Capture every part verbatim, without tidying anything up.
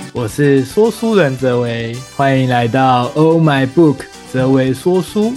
我是说书人泽维，欢迎来到 Oh My Book 泽维说书。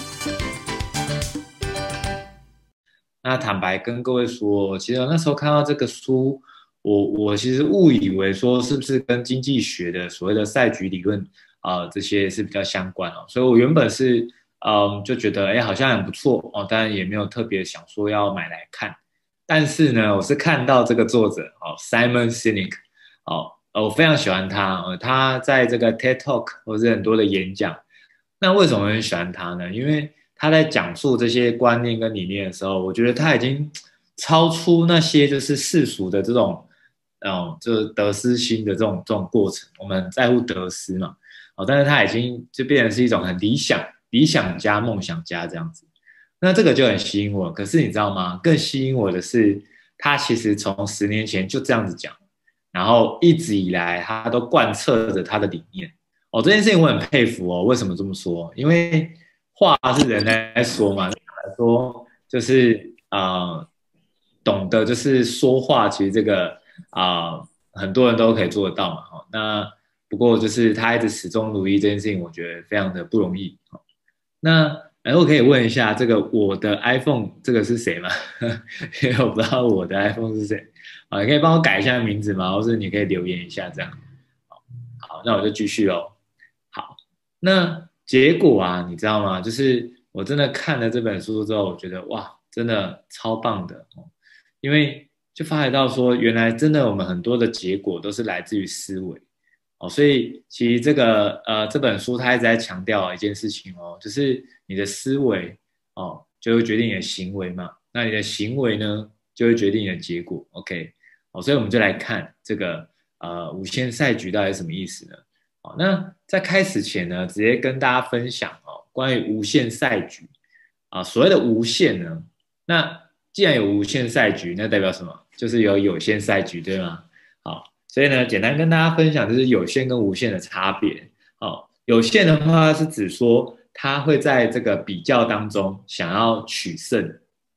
那坦白跟各位说，其实我那时候看到这个书，我我其实误以为说是不是跟经济学的所谓的赛局理论啊、呃、这些是比较相关哦，所以我原本是嗯就觉得哎好像很不错哦，当然也没有特别想说要买来看，但是呢，我是看到这个作者哦 Simon Sinek 哦，我非常喜欢他，呃他在这个 TED Talk 或是很多的演讲。那为什么我很喜欢他呢？因为他在讲述这些观念跟理念的时候，我觉得他已经超出那些就是世俗的这种，嗯，就是得失心的这种这种过程。我们在乎得失嘛，哦，但是他已经就变成是一种很理想、理想家、梦想家这样子。那这个就很吸引我。可是你知道吗？更吸引我的是，他其实从十年前就这样子讲，然后一直以来他都贯彻着他的理念。哦，这件事情我很佩服哦。为什么这么说？因为话是人在说嘛，来说就是呃，懂得就是说话，其实这个啊、呃，很多人都可以做得到嘛。哦，那不过就是他一直始终如一这件事情，我觉得非常的不容易。哦，那哎，我可以问一下，这个我的 iPhone 这个是谁吗？因为我不知道我的 iPhone 是谁。啊，你可以帮我改一下名字吗？或是你可以留言一下这样。好，那我就继续喽。好，那结果啊，你知道吗？就是我真的看了这本书之后，我觉得哇，真的超棒的哦，因为就发觉到说，原来真的我们很多的结果都是来自于思维哦，所以其实这个呃这本书它一直在强调一件事情哦，就是你的思维哦就会决定你的行为嘛，那你的行为呢就会决定你的结果，OK，哦，所以我们就来看这个呃无限赛局到底是什么意思呢？好，那在开始前呢，直接跟大家分享哦，关于无限赛局啊，所谓的无限呢，那既然有无限赛局，那代表什么？就是有有限赛局，对吗？好，所以呢，简单跟大家分享就是有限跟无限的差别。好，有限的话是指说它会在这个比较当中想要取胜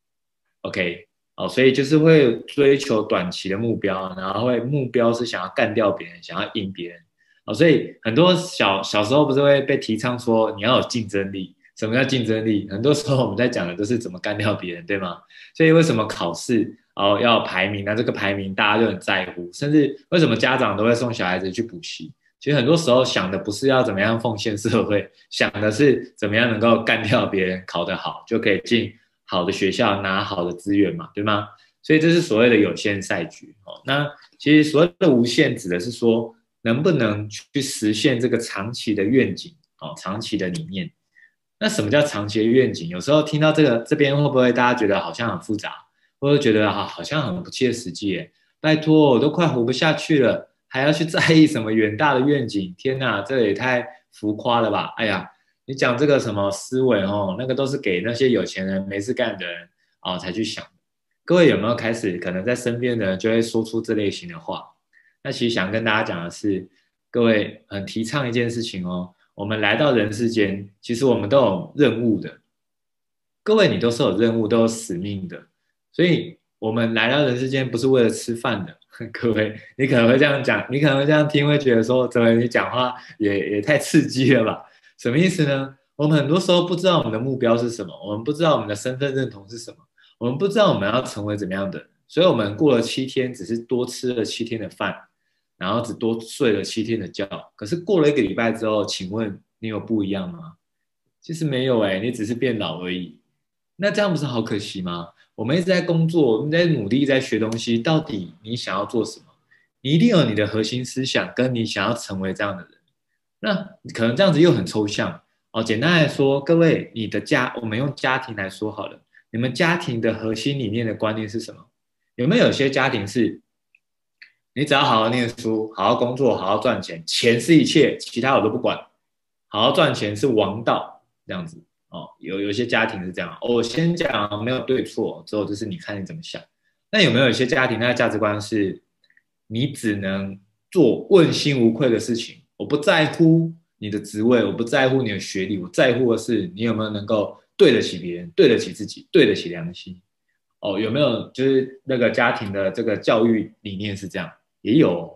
，OK，哦，所以就是会追求短期的目标，然后会目标是想要干掉别人，想要赢别人。哦，所以很多小小时候不是会被提倡说你要有竞争力？什么叫竞争力？很多时候我们在讲的都是怎么干掉别人，对吗？所以为什么考试哦要排名？那这个排名大家就很在乎，甚至为什么家长都会送小孩子去补习？其实很多时候想的不是要怎么样奉献社会，想的是怎么样能够干掉别人，考得好就可以进好的学校，拿好的资源嘛，对吗？所以这是所谓的有限赛局哦。那其实所谓的无限指的是说，能不能去实现这个长期的愿景哦，长期的理念。那什么叫长期的愿景？有时候听到这个这边会不会大家觉得好像很复杂，或者觉得啊好像很不切实际耶？拜托，我都快活不下去了，还要去在意什么远大的愿景？天哪，这也太浮夸了吧！哎呀，你讲这个什么思维哦，那个都是给那些有钱人没事干的人哦才去想的。各位有没有开始可能在身边的人就会说出这类型的话？那其实想跟大家讲的是，各位很提倡一件事情哦，我们来到人世间，其实我们都有任务的。各位你都是有任务，都有使命的，所以我们来到人世间不是为了吃饭的。各位，你可能会这样讲，你可能会这样听，会觉得说，怎么你讲话也也太刺激了吧？什么意思呢？我们很多时候不知道我们的目标是什么，我们不知道我们的身份认同是什么，我们不知道我们要成为怎么样的人，所以我们过了七天，只是多吃了七天的饭，然后只多睡了七天的觉。可是过了一个礼拜之后，请问你有不一样吗？其实没有哎、欸，你只是变老而已。那这样不是好可惜吗？我们一直在工作，我们在努力，在学东西，到底你想要做什么？你一定有你的核心思想，跟你想要成为这样的人。那可能这样子又很抽象哦。简单来说，各位，你的家，我们用家庭来说好了，你们家庭的核心理念的观念是什么？有没有有些家庭是，你只要好好念书，好好工作，好好赚钱，钱是一切，其他我都不管，好好赚钱是王道，这样子哦。有有些家庭是这样，哦，我先讲没有对错，之后就是你看你怎么想。那有没有一些家庭，他的价值观是，你只能做问心无愧的事情，我不在乎你的职位，我不在乎你的学历，我在乎的是你有没有能够对得起别人，对得起自己，对得起良心。哦，有没有就是那个家庭的这个教育理念是这样？也有。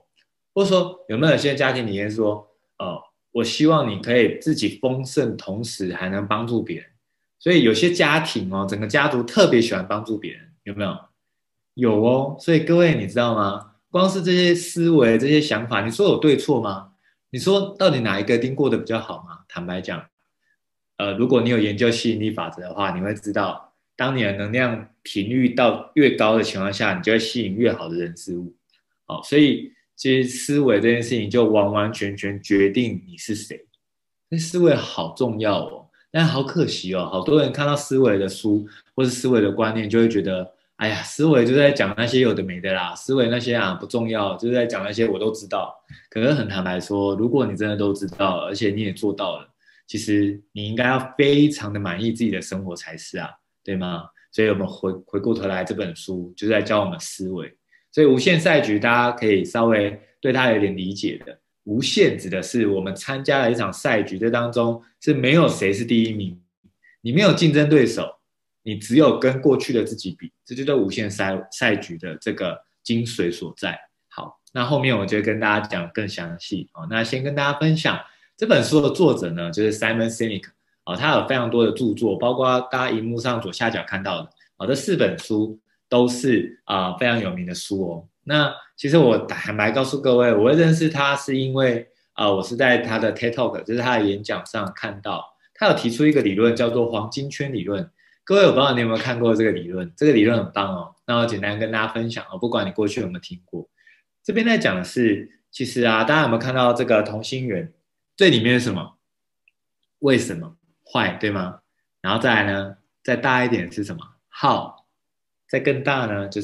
或者说有没有一些家庭理念说，呃，我希望你可以自己丰盛，同时还能帮助别人。所以有些家庭哦，整个家族特别喜欢帮助别人，有没有？有哦。所以各位你知道吗？光是这些思维、这些想法，你说有对错吗？你说到底哪一个一定过得比较好吗？坦白讲，呃，如果你有研究吸引力法则的话，你会知道，当你的能量频率到越高的情况下，你就会吸引越好的人事物。好，所以其实思维这件事情就完完全全决定你是谁。那思维好重要哦，但好可惜哦，好多人看到思维的书或是思维的观念，就会觉得，哎呀，思维就在讲那些有的没的啦，思维那些啊不重要，就是在讲那些我都知道。可是很坦白说，如果你真的都知道，而且你也做到了，其实你应该要非常的满意自己的生活才是啊，对吗？所以我们回回过头来，这本书就是在教我们思维。所以无限赛局，大家可以稍微对它有点理解的。无限指的是我们参加了一场赛局，这当中是没有谁是第一名，你没有竞争对手，你只有跟过去的自己比，这就叫无限赛赛局的这个精髓所在。好，那后面我就跟大家讲更详细。哦，那先跟大家分享这本书的作者呢，就是 Simon Sinek。哦，他有非常多的著作，包括大家荧幕上左下角看到的。哦，这四本书都是啊、呃、非常有名的书哦。那其实我坦白告诉各位，我会认识他是因为啊、呃，我是在他的 TED Talk，就是他的演讲上看到，他有提出一个理论叫做黄金圈理论。各位，我不知道你有没有看过这个理论，这个理论很棒哦。那我简单跟大家分享哦，不管你过去有没有听过。这边在讲的是，其实啊，大家有没有看到这个同心圆？最里面是什么？为什么？坏，对吗？然后再来呢，再大一点是什么 ？How？再更大呢，就是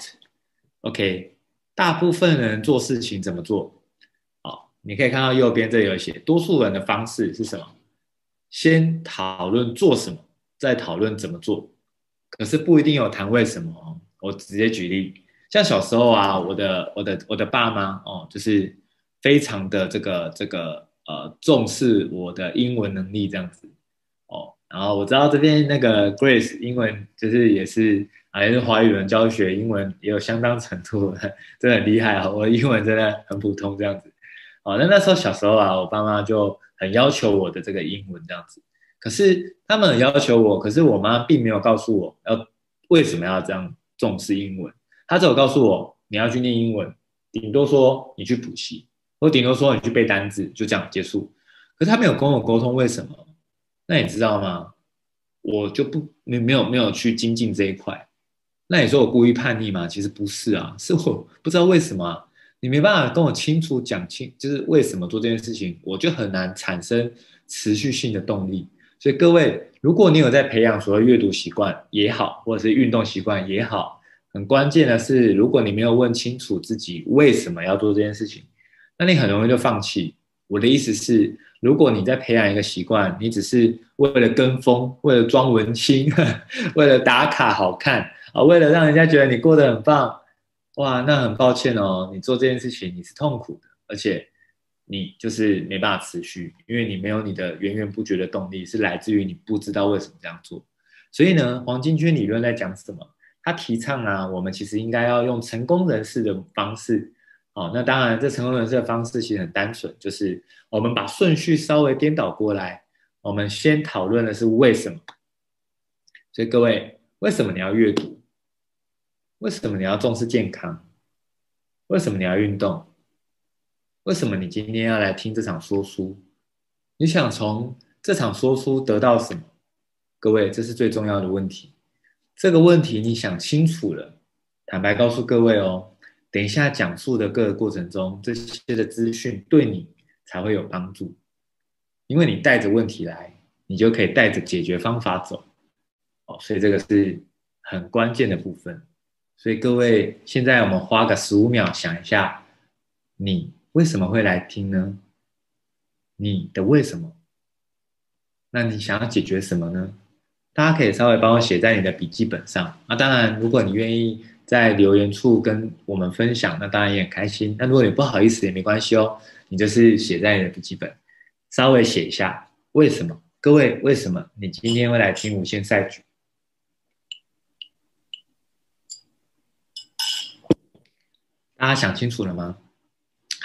What。OK，大部分人做事情怎么做？好，你可以看到右边这里有写，多数人的方式是什么？先讨论做什么，再讨论怎么做。可是不一定有谈为什么哦。我直接举例，像小时候啊，我的我的我的爸妈哦，就是非常的这个这个呃重视我的英文能力这样子哦。然后我知道这边那个 Grace 英文就是也是啊，也是华语文教学，英文也有相当程度的，真的很厉害啊！我的英文真的很普通这样子。哦，那那时候小时候啊，我爸妈就很要求我的这个英文这样子。可是他们很要求我，可是我妈并没有告诉我要为什么要这样重视英文。她只有告诉我你要去念英文，顶多说你去补习，或顶多说你去背单字，就这样结束。可是他没有跟我沟通为什么。那你知道吗？我就不没没有没有去精进这一块。那你说我故意叛逆吗？其实不是啊，是我不知道为什么啊，你没办法跟我清楚讲清，就是为什么做这件事情，我就很难产生持续性的动力。所以各位，如果你有在培养所谓阅读习惯也好，或者是运动习惯也好，很关键的是，如果你没有问清楚自己为什么要做这件事情，那你很容易就放弃。我的意思是，如果你在培养一个习惯，你只是为了跟风，为了装文青，为了打卡好看啊，为了让人家觉得你过得很棒，哇，那很抱歉哦，你做这件事情你是痛苦的，而且你就是没办法持续，因为你没有你的源源不绝的动力，是来自于你不知道为什么这样做。所以呢，黄金圈理论在讲什么？他提倡啊，我们其实应该要用成功人士的方式。哦，那当然，这成功人士的方式其实很单纯，就是我们把顺序稍微颠倒过来，我们先讨论的是为什么。所以各位，为什么你要阅读？为什么你要重视健康？为什么你要运动？为什么你今天要来听这场说书？你想从这场说书得到什么？各位，这是最重要的问题。这个问题你想清楚了，坦白告诉各位哦，等一下讲述的各个过程中，这些的资讯对你才会有帮助，因为你带着问题来，你就可以带着解决方法走。哦，所以这个是很关键的部分。所以各位，现在我们花个十五秒想一下，你为什么会来听呢？你的为什么？那你想要解决什么呢？大家可以稍微帮我写在你的笔记本上。那当然，如果你愿意在留言处跟我们分享，那当然也很开心。那如果你不好意思也没关系哦，你就是写在你的笔记本，稍微写一下为什么。各位，为什么你今天会来听无限赛局？大家想清楚了吗？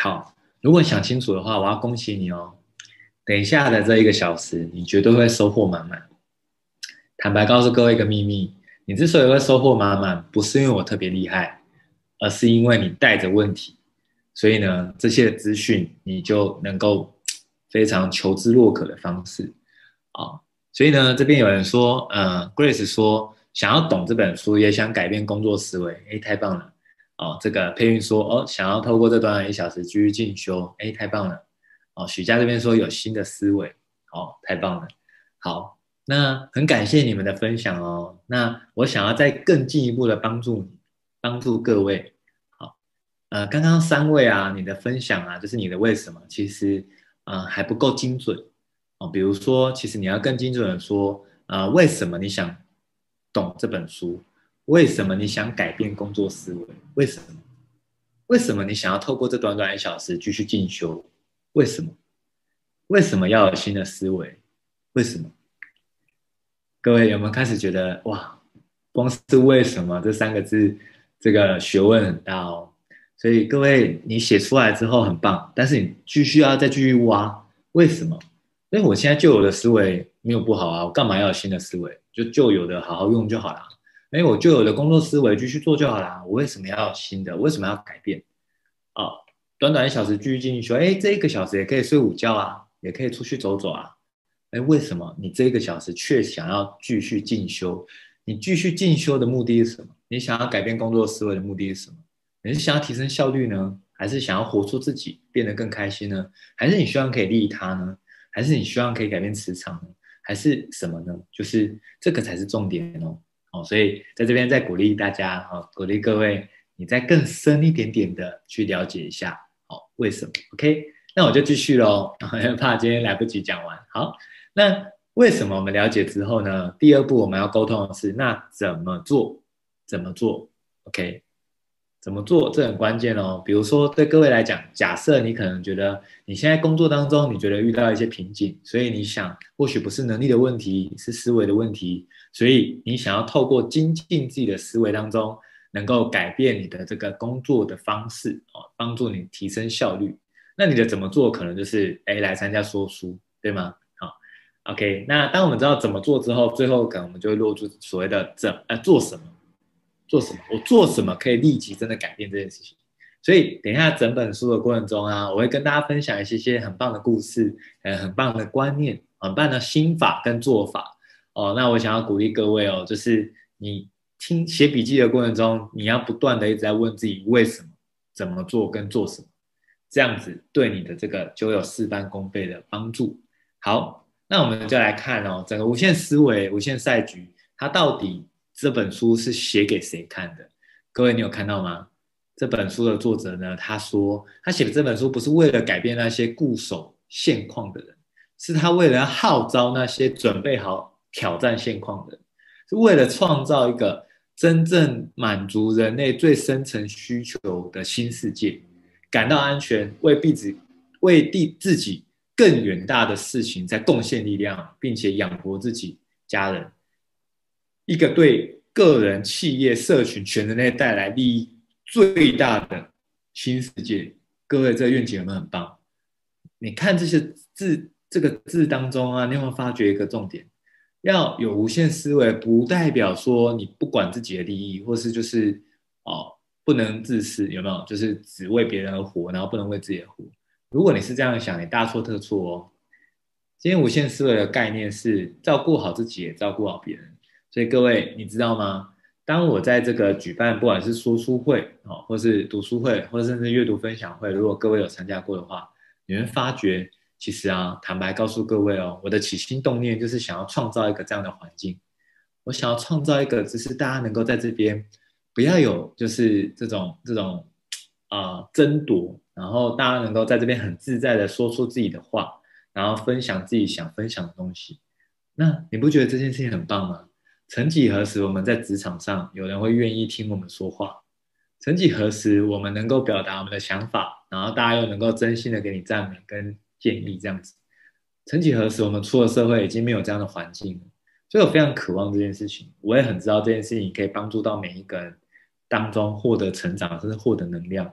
好，如果想清楚的话，我要恭喜你哦。等一下的这一个小时，你绝对会收获满满。坦白告诉各位一个秘密，你之所以会收获满满，不是因为我特别厉害，而是因为你带着问题，所以呢，这些资讯你就能够非常求知若渴的方式啊。所以呢，这边有人说，呃，Grace 说想要懂这本书，也想改变工作思维，哎，太棒了。哦，这个佩云说，哦，想要透过这段一小时继续进修，哎，太棒了。哦，许家这边说有新的思维，哦，太棒了。好，那很感谢你们的分享哦。那我想要再更进一步的帮助你，帮助各位。好，呃，刚刚三位啊，你的分享啊，就是你的为什么，其实呃还不够精准哦。比如说，其实你要更精准的说，呃，为什么你想懂这本书？为什么你想改变工作思维？为什么？为什么你想要透过这短短一小时继续进修？为什么？为什么要有新的思维？为什么？各位有没有开始觉得哇，光是为什么这三个字，这个学问很大哦。所以各位你写出来之后很棒，但是你继续要再继续挖为什么？因为我现在旧有的思维没有不好啊，我干嘛要有新的思维？就旧有的好好用就好了。哎，我旧有的工作思维继续做就好啦。我为什么要有新的？为什么要改变？哦，短短一小时继续进去说，哎，这一个小时也可以睡午觉啊，也可以出去走走啊。哎，为什么你这一个小时却想要继续进修？你继续进修的目的是什么？你想要改变工作思维的目的是什么？你是想要提升效率呢，还是想要活出自己，变得更开心呢？还是你希望可以利他呢？还是你希望可以改变磁场呢？还是什么呢？就是这个才是重点哦。哦，所以在这边再鼓励大家，哦，鼓励各位，你再更深一点点的去了解一下，哦，为什么 ？OK，那我就继续喽，怕今天来不及讲完。好。那为什么我们了解之后呢？第二步我们要沟通的是，那怎么做？怎么做 ？OK，怎么做？这很关键哦。比如说，对各位来讲，假设你可能觉得你现在工作当中，你觉得遇到一些瓶颈，所以你想，或许不是能力的问题，是思维的问题，所以你想要透过精进自己的思维当中，能够改变你的这个工作的方式哦，帮助你提升效率。那你的怎么做？可能就是哎，来参加说书，对吗？OK，那当我们知道怎么做之后，最后可能我们就会落入所谓的怎呃做什么，做什么，我做什么可以立即真的改变这件事情。所以等一下整本书的过程中啊，我会跟大家分享一些些很棒的故事，呃，很棒的观念，很棒的心法跟做法哦。那我想要鼓励各位哦，就是你听写笔记的过程中，你要不断的一直在问自己为什么、怎么做跟做什么，这样子对你的这个就有事半功倍的帮助。好。那我们就来看哦，整个无限思维、无限赛局，它到底这本书是写给谁看的？各位，你有看到吗？这本书的作者呢，他说他写的这本书不是为了改变那些固守现况的人，是他为了号召那些准备好挑战现况的人，是为了创造一个真正满足人类最深层需求的新世界，感到安全，为彼此为地自己。更远大的事情在贡献力量，并且养活自己家人，一个对个人、企业、社群、全人类带来利益最大的新世界。各位，这个愿景有没有很棒？你看这些字，这个字当中啊，你有没有发觉一个重点？要有无限思维，不代表说你不管自己的利益，或是就是哦不能自私，有没有？就是只为别人而活，然后不能为自己而活。如果你是这样想，你大错特错哦。今天无限思维的概念是照顾好自己，也照顾好别人。所以各位，你知道吗？当我在这个举办，不管是说书会哦，或是读书会，或甚至阅读分享会，如果各位有参加过的话，你会发觉，其实啊，坦白告诉各位哦，我的起心动念就是想要创造一个这样的环境。我想要创造一个，只是大家能够在这边不要有就是这种这种啊、呃、争夺，然后大家能够在这边很自在的说出自己的话，然后分享自己想分享的东西。那你不觉得这件事情很棒吗？曾几何时，我们在职场上有人会愿意听我们说话？曾几何时，我们能够表达我们的想法，然后大家又能够真心的给你赞美跟建议，这样子。曾几何时，我们出了社会已经没有这样的环境了，所以我非常渴望这件事情。我也很知道这件事情可以帮助到每一个人当中获得成长，甚至获得能量。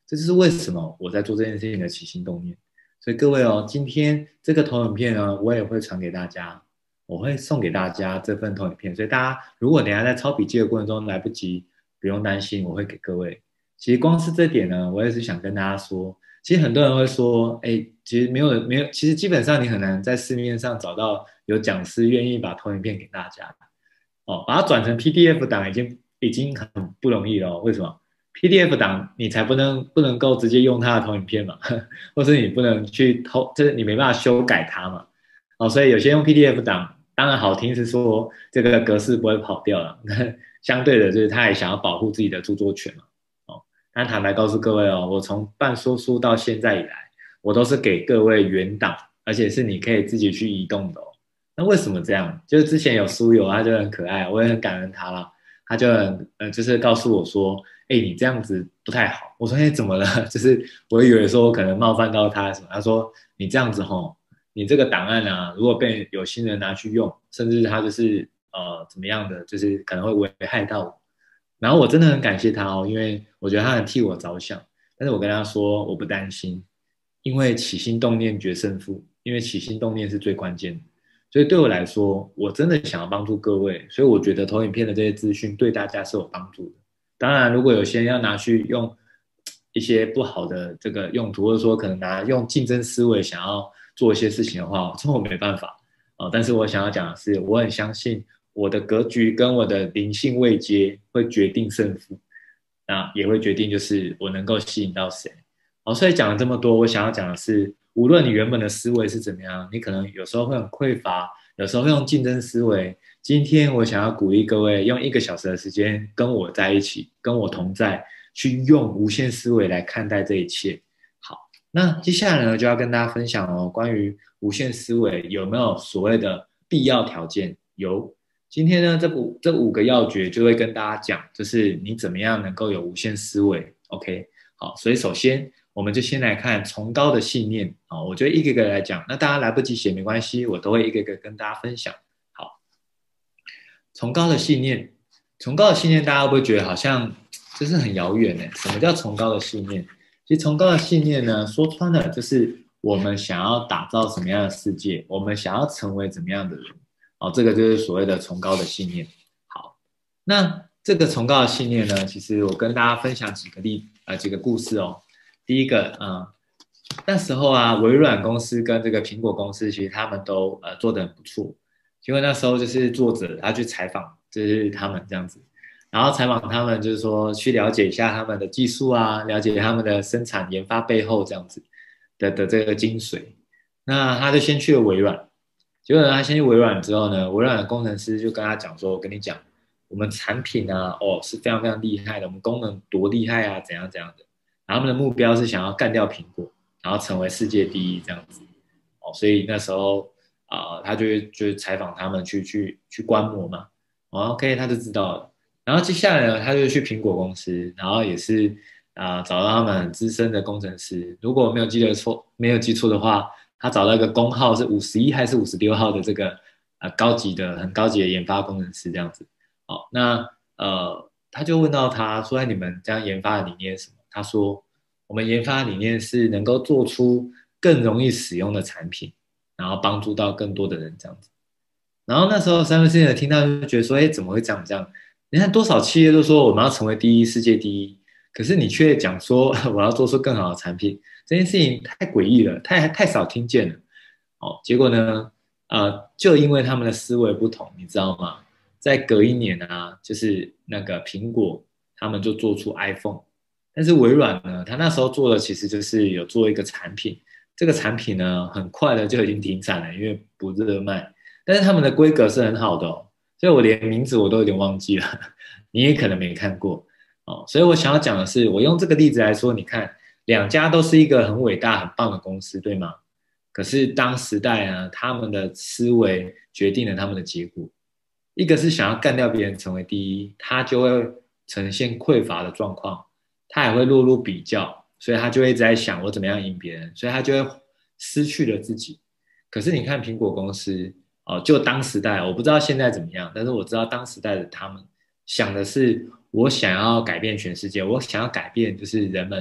这就是为什么我在做这件事情的起心动念。所以各位哦，今天这个投影片呢，我也会传给大家，我会送给大家这份投影片。所以大家如果等一下在抄笔记的过程中来不及，不用担心，我会给各位。其实光是这点呢，我也是想跟大家说，其实很多人会说，哎，其实没有没有，其实基本上你很难在市面上找到有讲师愿意把投影片给大家，哦，把它转成 P D F 档已经已经很不容易了哦。为什么？P D F 档你才不能不能够直接用它的投影片嘛，或是你不能去偷，就是你没办法修改它嘛。哦，所以有些用 P D F 档，当然好听是说这个格式不会跑掉了，相对的就是他也想要保护自己的著作权嘛。哦，但坦白告诉各位哦，我从办说书到现在以来，我都是给各位原档，而且是你可以自己去移动的哦。那为什么这样？就是之前有书友，他就很可爱，我也很感恩他啦。他就很呃，就是告诉我说，哎、欸，你这样子不太好。我说，哎、欸，怎么了？就是我以为说我可能冒犯到他什么。他说，你这样子吼，你这个档案啊，如果被有心人拿去用，甚至他就是呃怎么样的，就是可能会危害到我。然后我真的很感谢他哦，因为我觉得他很替我着想。但是我跟他说，我不担心，因为起心动念决胜负，因为起心动念是最关键的。所以对我来说，我真的想要帮助各位，所以我觉得投影片的这些资讯对大家是有帮助的。当然，如果有些人要拿去用一些不好的这个用途，或者说可能拿用竞争思维想要做一些事情的话，这我没办法啊、呃。但是我想要讲的是，我很相信我的格局跟我的灵性位阶会决定胜负，那也会决定就是我能够吸引到谁。好，所以讲了这么多，我想要讲的是，无论你原本的思维是怎么样，你可能有时候会很匮乏，有时候会用竞争思维。今天我想要鼓励各位，用一个小时的时间跟我在一起，跟我同在，去用无限思维来看待这一切。好，那接下来呢，就要跟大家分享哦，关于无限思维有没有所谓的必要条件？有。今天呢，这五这五个要诀就会跟大家讲，就是你怎么样能够有无限思维。OK， 好，所以首先。我们就先来看崇高的信念啊，我就一个一个来讲，那大家来不及写没关系，我都会一个一个跟大家分享。好，崇高的信念，崇高的信念，大家会不会觉得好像这是很遥远呢？什么叫崇高的信念？其实崇高的信念呢，说穿了就是我们想要打造什么样的世界，我们想要成为怎么样的人，哦，这个就是所谓的崇高的信念。好，那这个崇高的信念呢，其实我跟大家分享几个例呃几个故事哦。第一个，嗯，那时候啊，微软公司跟这个苹果公司，其实他们都呃做得很不错。因为那时候就是作者他去采访，就是他们这样子，然后采访他们就是说去了解一下他们的技术啊，了解他们的生产研发背后这样子的的这个精髓。那他就先去了微软，结果呢，他先去微软之后呢，微软的工程师就跟他讲说：“我跟你讲，我们产品啊，哦是非常非常厉害的，我们功能多厉害啊，怎样怎样的。”然后他们的目标是想要干掉苹果，然后成为世界第一这样子。哦，所以那时候啊、呃，他就就采访他们去去去观摩嘛。哦，OK，他就知道了。然后接下来呢，他就去苹果公司，然后也是啊、呃、找到他们很资深的工程师。如果我没有记得错，没有记错的话，他找到一个工号是五十一还是五十六号的这个呃高级的很高级的研发工程师这样子。好，那呃他就问到他说：“哎，你们这样研发的理念是什么？”他说：“我们研发理念是能够做出更容易使用的产品，然后帮助到更多的人这样子。”然后那时候三位 C 的听到就觉得说：“哎，怎么会这样这样？你看多少企业都说我们要成为第一，世界第一，可是你却讲说我要做出更好的产品，这件事情太诡异了，太太少听见了。”哦，结果呢，呃，就因为他们的思维不同，你知道吗？在隔一年啊，就是那个苹果他们就做出 iPhone。但是微软呢，他那时候做的其实就是有做一个产品，这个产品呢，很快的就已经停产了，因为不热卖。但是他们的规格是很好的哦，所以我连名字我都有点忘记了，你也可能没看过哦。所以我想要讲的是，我用这个例子来说，你看两家都是一个很伟大、很棒的公司，对吗？可是当时代呢，他们的思维决定了他们的结果。一个是想要干掉别人成为第一，他就会呈现匮乏的状况。他也会落入比较，所以他就会一直在想我怎么样赢别人，所以他就会失去了自己。可是你看苹果公司哦，就当时代，我不知道现在怎么样，但是我知道当时代的他们想的是，我想要改变全世界，我想要改变就是人们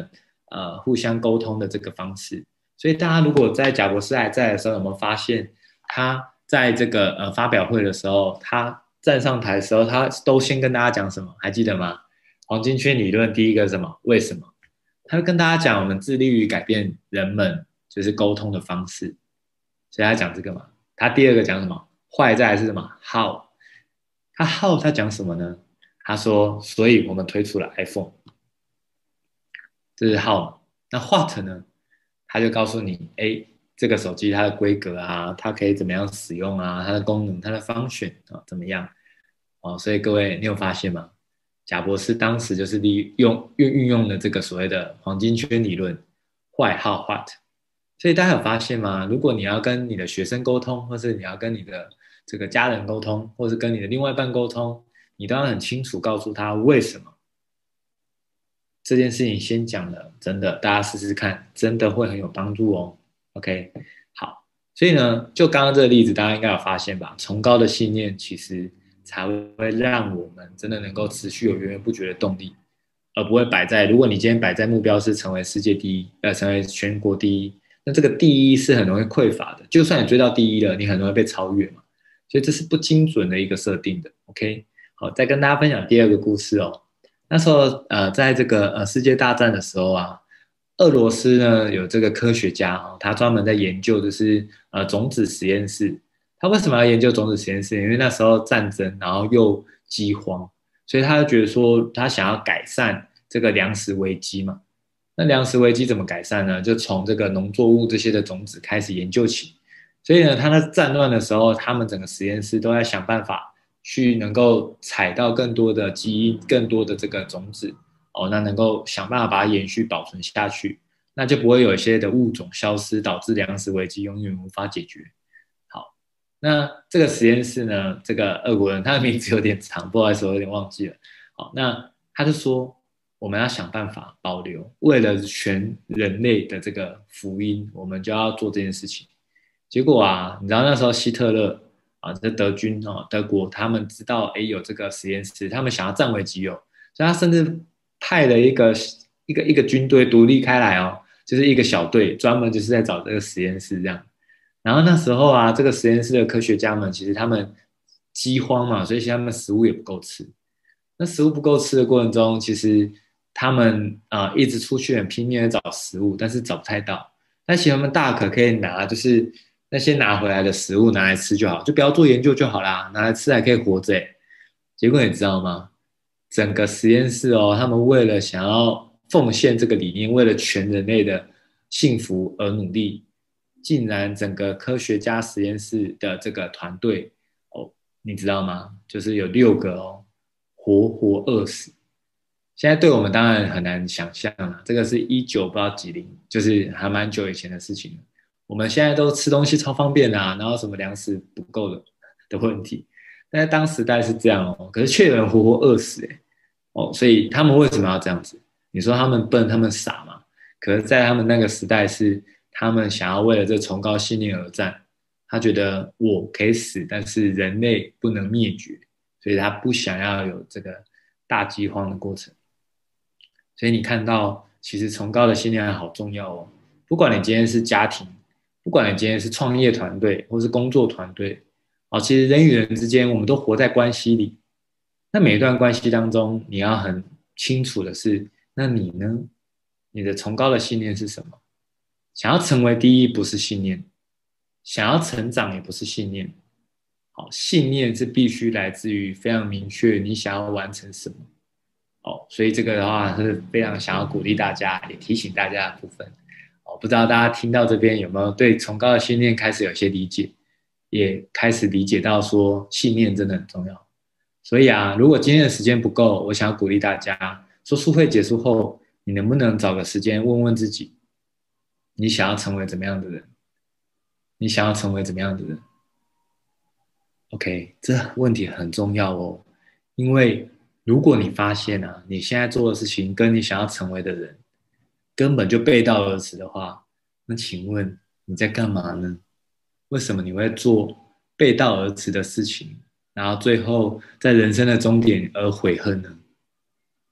呃互相沟通的这个方式。所以大家如果在贾博士还在的时候，有没有发现他在这个呃发表会的时候，他站上台的时候，他都先跟大家讲什么？还记得吗？黄金圈理论第一个是什么？为什么？他会跟大家讲，我们致力于改变人们就是沟通的方式，所以他讲这个嘛。他第二个讲什么？坏在是什么 ？How？ 他 How 他讲什么呢？他说，所以我们推出了 iPhone， 这是 How。那 What 呢？他就告诉你，哎，这个手机它的规格啊，它可以怎么样使用啊，它的功能、它的方选啊怎么样？哦，所以各位，你有发现吗？贾博士当时就是利用运运用了这个所谓的黄金圈理论，Why How What。所以大家有发现吗？如果你要跟你的学生沟通，或是你要跟你的这个家人沟通，或是跟你的另外一半沟通，你都要很清楚告诉他为什么这件事情先讲了，真的，大家试试看，真的会很有帮助哦。OK，好，所以呢，就刚刚这个例子，大家应该有发现吧？崇高的信念其实才会让我们真的能够持续有源源不绝的动力，而不会摆在，如果你今天摆在目标是成为世界第一，呃，成为全国第一，那这个第一是很容易匮乏的。就算你追到第一了，你很容易被超越嘛。所以这是不精准的一个设定的。OK，好，再跟大家分享第二个故事哦。那时候，呃，在这个呃世界大战的时候啊，俄罗斯呢有这个科学家啊、哦，他专门在研究就是呃种子实验室。他为什么要研究种子实验室？因为那时候战争，然后又饥荒，所以他就觉得说他想要改善这个粮食危机嘛。那粮食危机怎么改善呢？就从这个农作物这些的种子开始研究起。所以呢，他在战乱的时候，他们整个实验室都在想办法去能够采到更多的基因、更多的这个种子哦，那能够想办法把它延续保存下去，那就不会有一些的物种消失，导致粮食危机永远无法解决。好，那这个实验室呢，这个俄国人他的名字有点长，不好意思，我有点忘记了。好，那他就说我们要想办法保留，为了全人类的这个福音，我们就要做这件事情。结果啊，你知道那时候希特勒啊，这德军哦，德国他们知道哎有这个实验室，他们想要占为己有，所以他甚至派了一个一个一个军队独立开来哦，就是一个小队，专门就是在找这个实验室这样。然后那时候啊，这个实验室的科学家们其实他们饥荒嘛，所以其实他们食物也不够吃。那食物不够吃的过程中，其实他们啊、呃、一直出去很拼命的找食物，但是找不太到。但其实他们大可可以拿，就是那些拿回来的食物拿来吃就好，就不要做研究就好啦，拿来吃还可以活着。结果你知道吗？整个实验室哦，他们为了想要奉献这个理念，为了全人类的幸福而努力，竟然整个科学家实验室的这个团队哦，你知道吗？就是有六个哦，活活饿死。现在对我们当然很难想象了，这个是一九不知道几零，就是还蛮久以前的事情了。我们现在都吃东西超方便啊，然后什么粮食不够的的问题，但是当时代是这样哦，可是却有人活活饿死哎哦，所以他们为什么要这样子？你说他们笨，他们傻吗？可是，在他们那个时代是他们想要为了这崇高信念而战，他觉得我可以死，但是人类不能灭绝，所以他不想要有这个大饥荒的过程。所以你看到，其实崇高的信念好重要哦。不管你今天是家庭，不管你今天是创业团队，或是工作团队，哦，其实人与人之间，我们都活在关系里。那每一段关系当中，你要很清楚的是，那你呢？你的崇高的信念是什么？想要成为第一不是信念，想要成长也不是信念。好，信念是必须来自于非常明确你想要完成什么。哦，所以这个的话是非常想要鼓励大家，也提醒大家的部分。哦，不知道大家听到这边有没有对崇高的信念开始有些理解，也开始理解到说信念真的很重要。所以啊，如果今天的时间不够，我想要鼓励大家，说书会结束后，你能不能找个时间问问自己，你想要成为怎么样的人？你想要成为怎么样的人？OK，这问题很重要哦，因为如果你发现啊，你现在做的事情跟你想要成为的人根本就背道而驰的话，那请问你在干嘛呢？为什么你会做背道而驰的事情，然后最后在人生的终点而悔恨呢？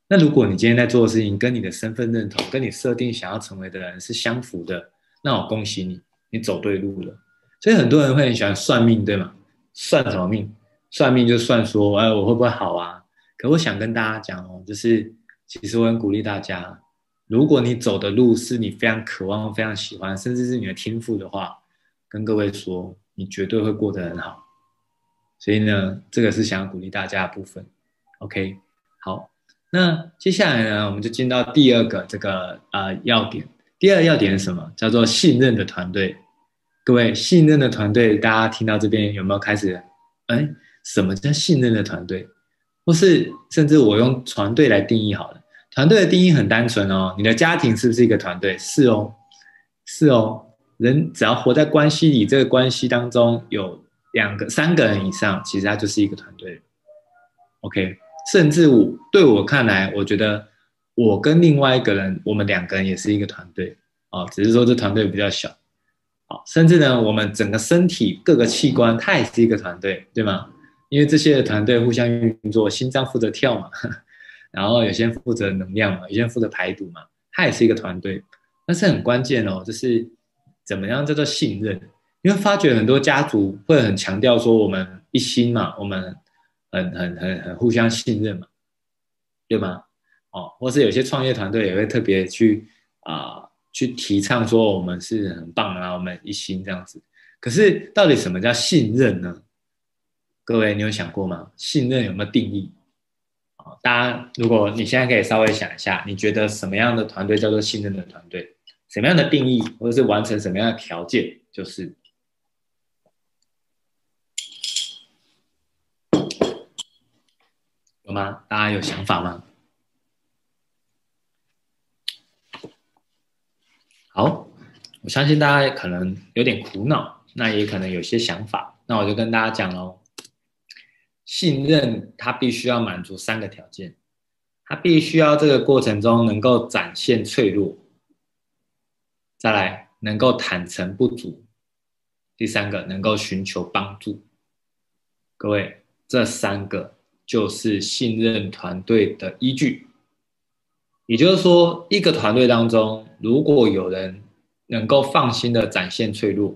那如果你今天在做的事情跟你的身份认同、跟你设定想要成为的人是相符的，那我恭喜你，你走对路了。所以很多人会很喜欢算命，对吗？算什么命？算命就算说，哎，我会不会好啊？可我想跟大家讲哦，就是其实我很鼓励大家，如果你走的路是你非常渴望、非常喜欢，甚至是你的天赋的话，跟各位说，你绝对会过得很好。所以呢，这个是想要鼓励大家的部分。OK， 好，那接下来呢，我们就进到第二个这个呃要点。第二个要点是什么？叫做信任的团队。各位，信任的团队，大家听到这边有没有开始？哎，什么叫信任的团队？或是甚至我用团队来定义好了。团队的定义很单纯哦，你的家庭是不是一个团队？是哦，是哦。人只要活在关系里，这个关系当中有两个、三个人以上，其实它就是一个团队。OK，甚至我对我看来，我觉得我跟另外一个人，我们两个人也是一个团队哦，只是说这团队比较小。好，甚至呢，我们整个身体各个器官，它也是一个团队，对吗？因为这些团队互相运作，心脏负责跳嘛，然后有些人负责能量嘛，有些人负责排毒嘛，它也是一个团队。但是很关键哦，就是怎么样叫做信任？因为发觉很多家族会很强调说我们一心嘛，我们很很很很互相信任嘛，对吗？哦，或是有些创业团队也会特别去啊、呃、去提倡说我们是很棒啊，我们一心这样子。可是到底什么叫信任呢？各位，你有想过吗？信任有没有定义？啊，大家如果你现在可以稍微想一下，你觉得什么样的团队叫做信任的团队？什么样的定义，或者是完成什么样的条件，就是有吗？大家有想法吗？好，我相信大家可能有点苦恼，那也可能有些想法，那我就跟大家讲喽。信任它必须要满足三个条件，它必须要这个过程中能够展现脆弱，再来能够坦诚不足，第三个能够寻求帮助。各位，这三个就是信任团队的依据。也就是说，一个团队当中，如果有人能够放心的展现脆弱，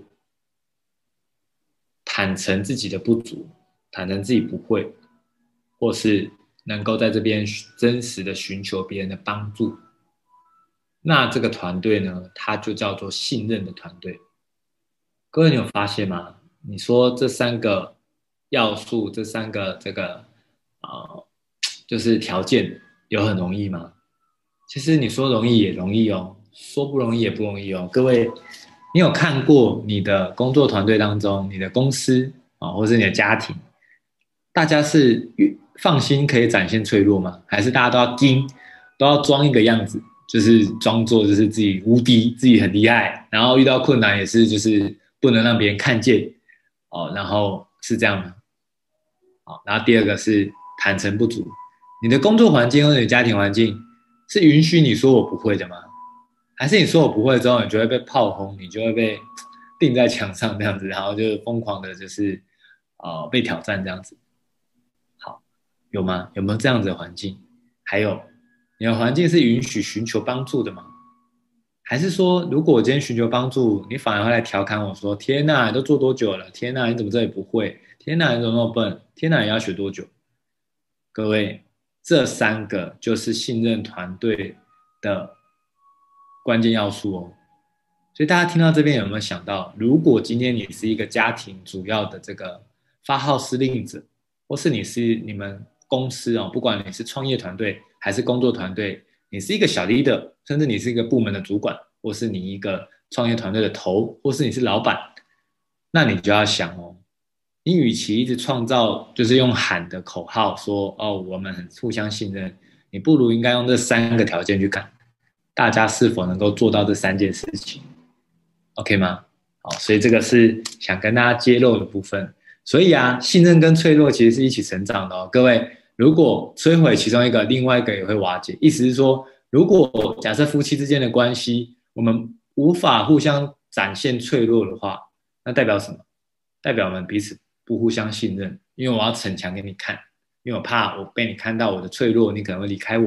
坦诚自己的不足，坦诚自己不会，或是能够在这边真实的寻求别人的帮助，那这个团队呢，它就叫做信任的团队。各位，你有发现吗？你说这三个要素，这三个这个呃，就是条件，有很容易吗？其实你说容易也容易哦，说不容易也不容易哦。各位，你有看过你的工作团队当中，你的公司啊、哦，或是你的家庭，大家是放心可以展现脆弱吗？还是大家都要盯，都要装一个样子，就是装作就是自己无敌，自己很厉害，然后遇到困难也是就是不能让别人看见哦，然后是这样吗？好，然后第二个是坦诚不足，你的工作环境或者你的家庭环境是允许你说我不会的吗？还是你说我不会之后，你就会被炮轰，你就会被钉在墙上这样子，然后就疯狂的就是呃被挑战这样子？好，有吗？有没有这样子的环境？还有，你的环境是允许寻求帮助的吗？还是说，如果我今天寻求帮助，你反而会来调侃我说：“天哪，你都做多久了？天哪，你怎么这里不会？天哪，你怎么那么笨？天哪，你要学多久？”各位，这三个就是信任团队的关键要素哦。所以大家听到这边有没有想到，如果今天你是一个家庭主要的这个发号施令者，或是你是你们公司哦，不管你是创业团队还是工作团队，你是一个小 leader，甚至你是一个部门的主管，或是你一个创业团队的头，或是你是老板，那你就要想哦，你与其一直创造就是用喊的口号说哦我们很互相信任，你不如应该用这三个条件去看，大家是否能够做到这三件事情。OK 吗？好，所以这个是想跟大家揭露的部分。所以啊，信任跟脆弱其实是一起成长的哦。各位，如果摧毁其中一个，另外一个也会瓦解。意思是说，如果假设夫妻之间的关系，我们无法互相展现脆弱的话，那代表什么？代表我们彼此不互相信任，因为我要逞强给你看，因为我怕我被你看到我的脆弱，你可能会离开我，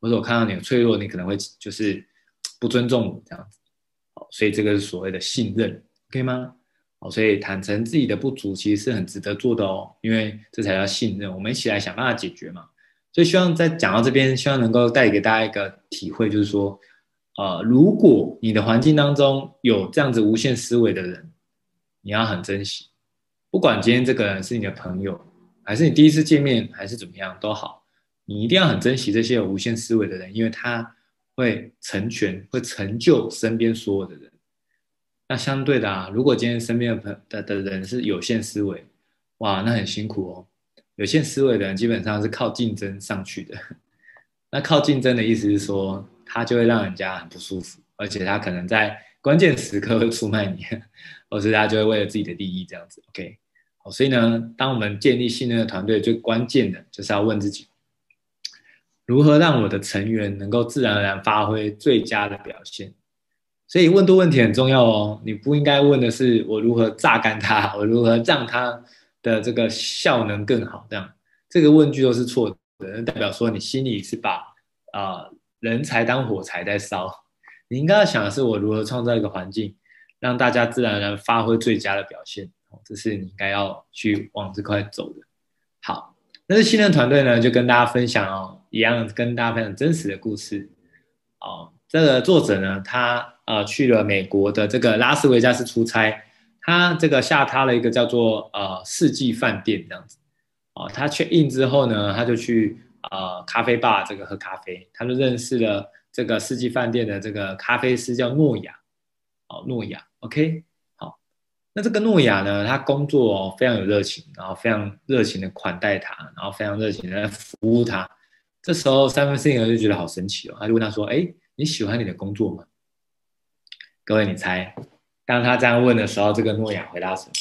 或者我看到你的脆弱，你可能会就是不尊重我这样子。好，所以这个是所谓的信任 ，OK 吗？好，所以坦诚自己的不足其实是很值得做的哦，因为这才叫信任。我们一起来想办法解决嘛。所以希望在讲到这边，希望能够带给大家一个体会，就是说，呃，如果你的环境当中有这样子无限思维的人，你要很珍惜。不管今天这个人是你的朋友，还是你第一次见面，还是怎么样都好，你一定要很珍惜这些有无限思维的人，因为他会成全、会成就身边所有的人。那相对的啊，如果今天身边的朋的的人是有限思维，哇，那很辛苦哦。有限思维的人基本上是靠竞争上去的。那靠竞争的意思是说，他就会让人家很不舒服，而且他可能在关键时刻会出卖你，或是他就会为了自己的利益这样子。OK， 好，所以呢，当我们建立信任的团队，最关键的就是要问自己，如何让我的成员能够自然而然发挥最佳的表现。所以问多问题很重要哦，你不应该问的是我如何榨干他，我如何让他的这个效能更好，这样这个问句都是错的，代表说你心里是把啊、呃、人才当火柴在烧。你应该要想的是我如何创造一个环境，让大家自然而然发挥最佳的表现，这是你应该要去往这块走的。好，那这信任团队呢，就跟大家分享哦，一样跟大家分享真实的故事哦。这个作者呢，他呃去了美国的这个拉斯维加斯出差，他这个下榻了一个叫做呃世纪饭店这样子哦。他 check in 之后呢，他就去呃咖啡吧这个喝咖啡，他就认识了这个世纪饭店的这个咖啡师叫诺亚哦，诺亚 OK 好。那这个诺亚呢，他工作哦非常有热情，然后非常热情的款待他，然后非常热情的服务他。这时候三分四人就觉得好神奇哦，他就问他说：“哎，你喜欢你的工作吗？”各位，你猜，当他这样问的时候，这个诺亚回答什么？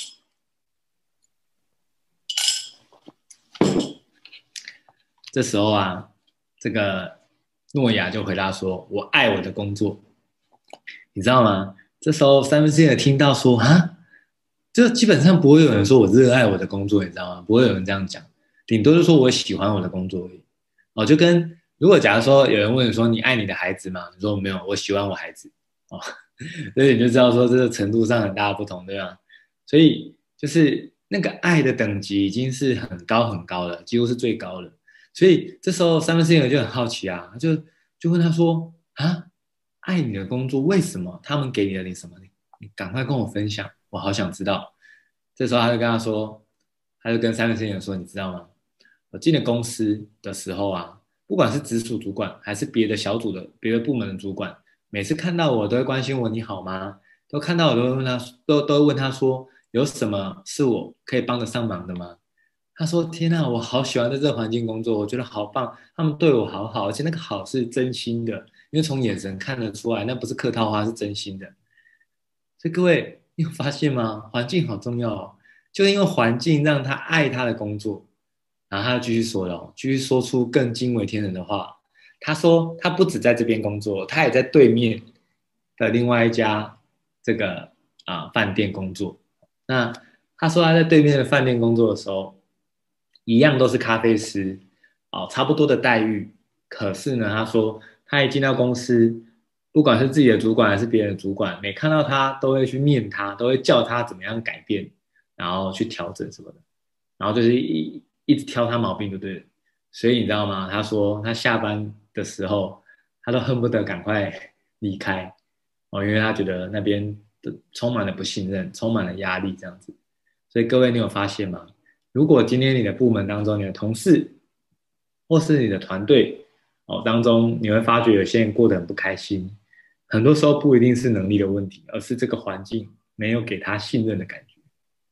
这时候啊，这个诺亚就回答说：“我爱我的工作。”你知道吗？这时候三分之一的听到说啊，就基本上不会有人说我热爱我的工作，你知道吗？不会有人这样讲，顶多是说我喜欢我的工作而已。哦，就跟如果假如说有人问你说你爱你的孩子吗？你说没有，我喜欢我孩子。哦，所以你就知道说这个程度上很大的不同，对吧？所以就是那个爱的等级已经是很高很高了，几乎是最高了。所以这时候三分之一人就很好奇啊，就就问他说啊。爱你的工作为什么？他们给你了你什么？你你赶快跟我分享，我好想知道。这时候他就跟他说，他就跟三个青年说，你知道吗？我进了公司的时候啊，不管是直属主管还是别的小组的、别的部门的主管，每次看到我都会关心我你好吗？都看到我都会问他，都都会问他说，有什么是我可以帮得上忙的吗？他说：“天哪，我好喜欢在这个环境工作，我觉得好棒，他们对我好好，而且那个好是真心的，因为从眼神看得出来，那不是客套话，是真心的。所以各位，你有发现吗？环境好重要哦，就因为环境让他爱他的工作，然后他就继续说了哦，继续说出更惊为天人的话。他说他不止在这边工作，他也在对面的另外一家这个啊饭店工作。那他说他在对面的饭店工作的时候。”一样都是咖啡师，哦，差不多的待遇。可是呢，他说他一进到公司，不管是自己的主管还是别人的主管，每看到他都会去念他，都会叫他怎么样改变，然后去调整什么的，然后就是一一直挑他毛病，就对了。所以你知道吗？他说他下班的时候，他都恨不得赶快离开，哦，因为他觉得那边充满了不信任，充满了压力，这样子。所以各位，你有发现吗？如果今天你的部门当中，你的同事或是你的团队哦当中，你会发觉有些人过得很不开心，很多时候不一定是能力的问题，而是这个环境没有给他信任的感觉。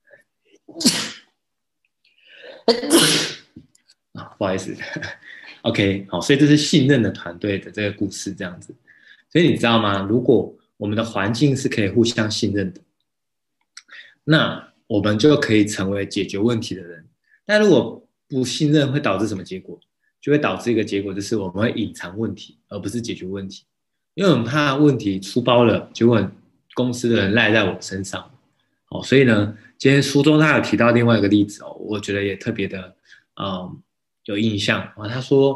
啊，不好意思，OK， 好，所以这是信任的团队的这个故事这样子。所以你知道吗？如果我们的环境是可以互相信任的，那我们就可以成为解决问题的人。但如果不信任，会导致什么结果？就会导致一个结果，就是我们会隐藏问题，而不是解决问题。因为我们怕问题出包了，结果公司的人赖在我身上。哦，所以呢，今天书中他有提到另外一个例子哦，我觉得也特别的，嗯，有印象啊。他说，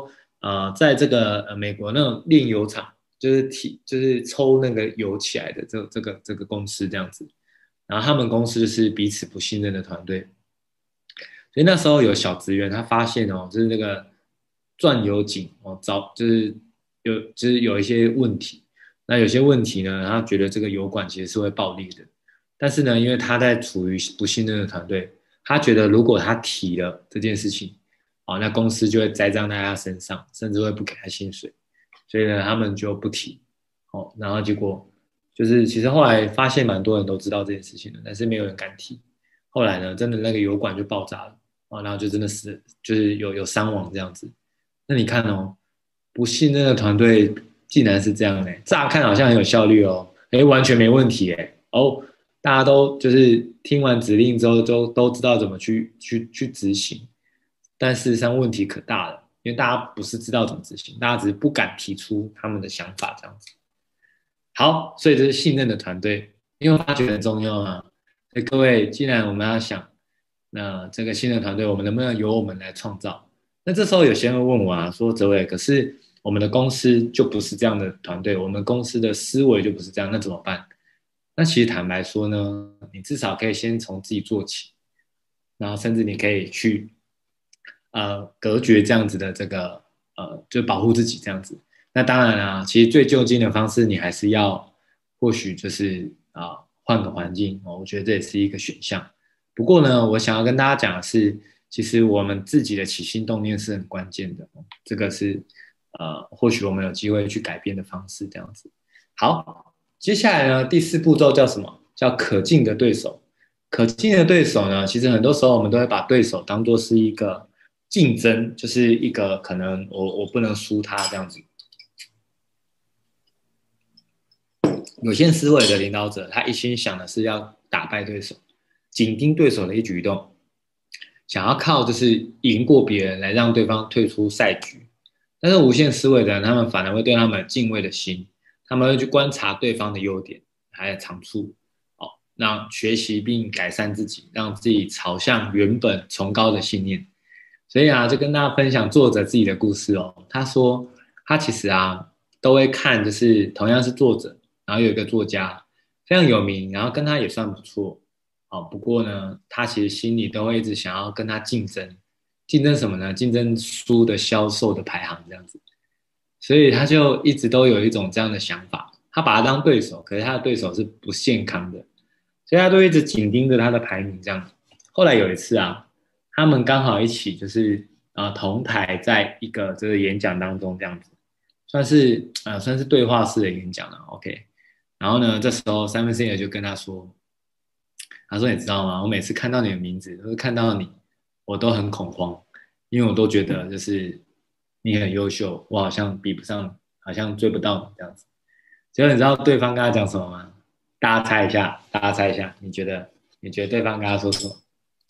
呃，在这个呃美国那种炼油厂，就是提就是抽那个油起来的这这个这个公司这样子，然后他们公司就是彼此不信任的团队，所以那时候有小职员他发现哦，就是那个钻油井哦，早就是有就是有一些问题，那有些问题呢，他觉得这个油管其实是会爆裂的，但是呢，因为他在处于不信任的团队，他觉得如果他提了这件事情，哦，那公司就会栽赃在他身上，甚至会不给他薪水，所以呢，他们就不提，哦，然后结果就是其实后来发现蛮多人都知道这件事情的，但是没有人敢提，后来呢，真的那个油管就爆炸了。哦，然后就真的是就是有有伤亡这样子。那你看哦，不信任的团队竟然是这样嘞，乍看好像很有效率哦，哎，完全没问题哎，哦，大家都就是听完指令之后都都知道怎么去去去执行，但事实上问题可大了，因为大家不是知道怎么执行，大家只是不敢提出他们的想法这样子。好，所以这是信任的团队，因为我发觉很重要啊。所以各位，既然我们要想，那这个信任团队，我们能不能由我们来创造？那这时候有些人会问我啊，说哲伟，可是我们的公司就不是这样的团队，我们公司的思维就不是这样，那怎么办？那其实坦白说呢，你至少可以先从自己做起，然后甚至你可以去呃隔绝这样子的这个呃，就保护自己这样子。那当然啦、啊，其实最就近的方式，你还是要或许就是啊、呃、换个环境哦，我觉得这也是一个选项。不过呢，我想要跟大家讲的是，其实我们自己的起心动念是很关键的，这个是呃或许我们有机会去改变的方式这样子。好，接下来呢，第四步骤叫什么？叫可敬的对手。可敬的对手呢，其实很多时候我们都会把对手当做是一个竞争，就是一个可能我我不能输他这样子。有限思维的领导者，他一心想的是要打败对手，紧盯对手的一举一动，想要靠就是赢过别人来让对方退出赛局。但是无限思维的人，他们反而会对他们敬畏的心，他们会去观察对方的优点还有长处，哦，让学习并改善自己，让自己朝向原本崇高的信念。所以啊，就跟大家分享作者自己的故事哦。他说，他其实啊都会看，就是同样是作者，然后有一个作家非常有名，然后跟他也算不错，哦，不过呢，他其实心里都会一直想要跟他竞争，竞争什么呢？竞争书的销售的排行这样子。所以他就一直都有一种这样的想法，他把他当对手，可是他的对手是不健康的，所以他都一直紧盯着他的排名这样。后来有一次啊，他们刚好一起就是呃同台在一个这个演讲当中这样子，算是呃算是对话式的演讲了，OK。然后呢，这时候三分 C 也就跟他说，他说你知道吗？我每次看到你的名字，或是看到你，我都很恐慌，因为我都觉得就是你很优秀，我好像比不上，好像追不到你这样子。结果你知道对方跟他讲什么吗？大家猜一下，大家猜一下，你觉得你觉得对方跟他说什么？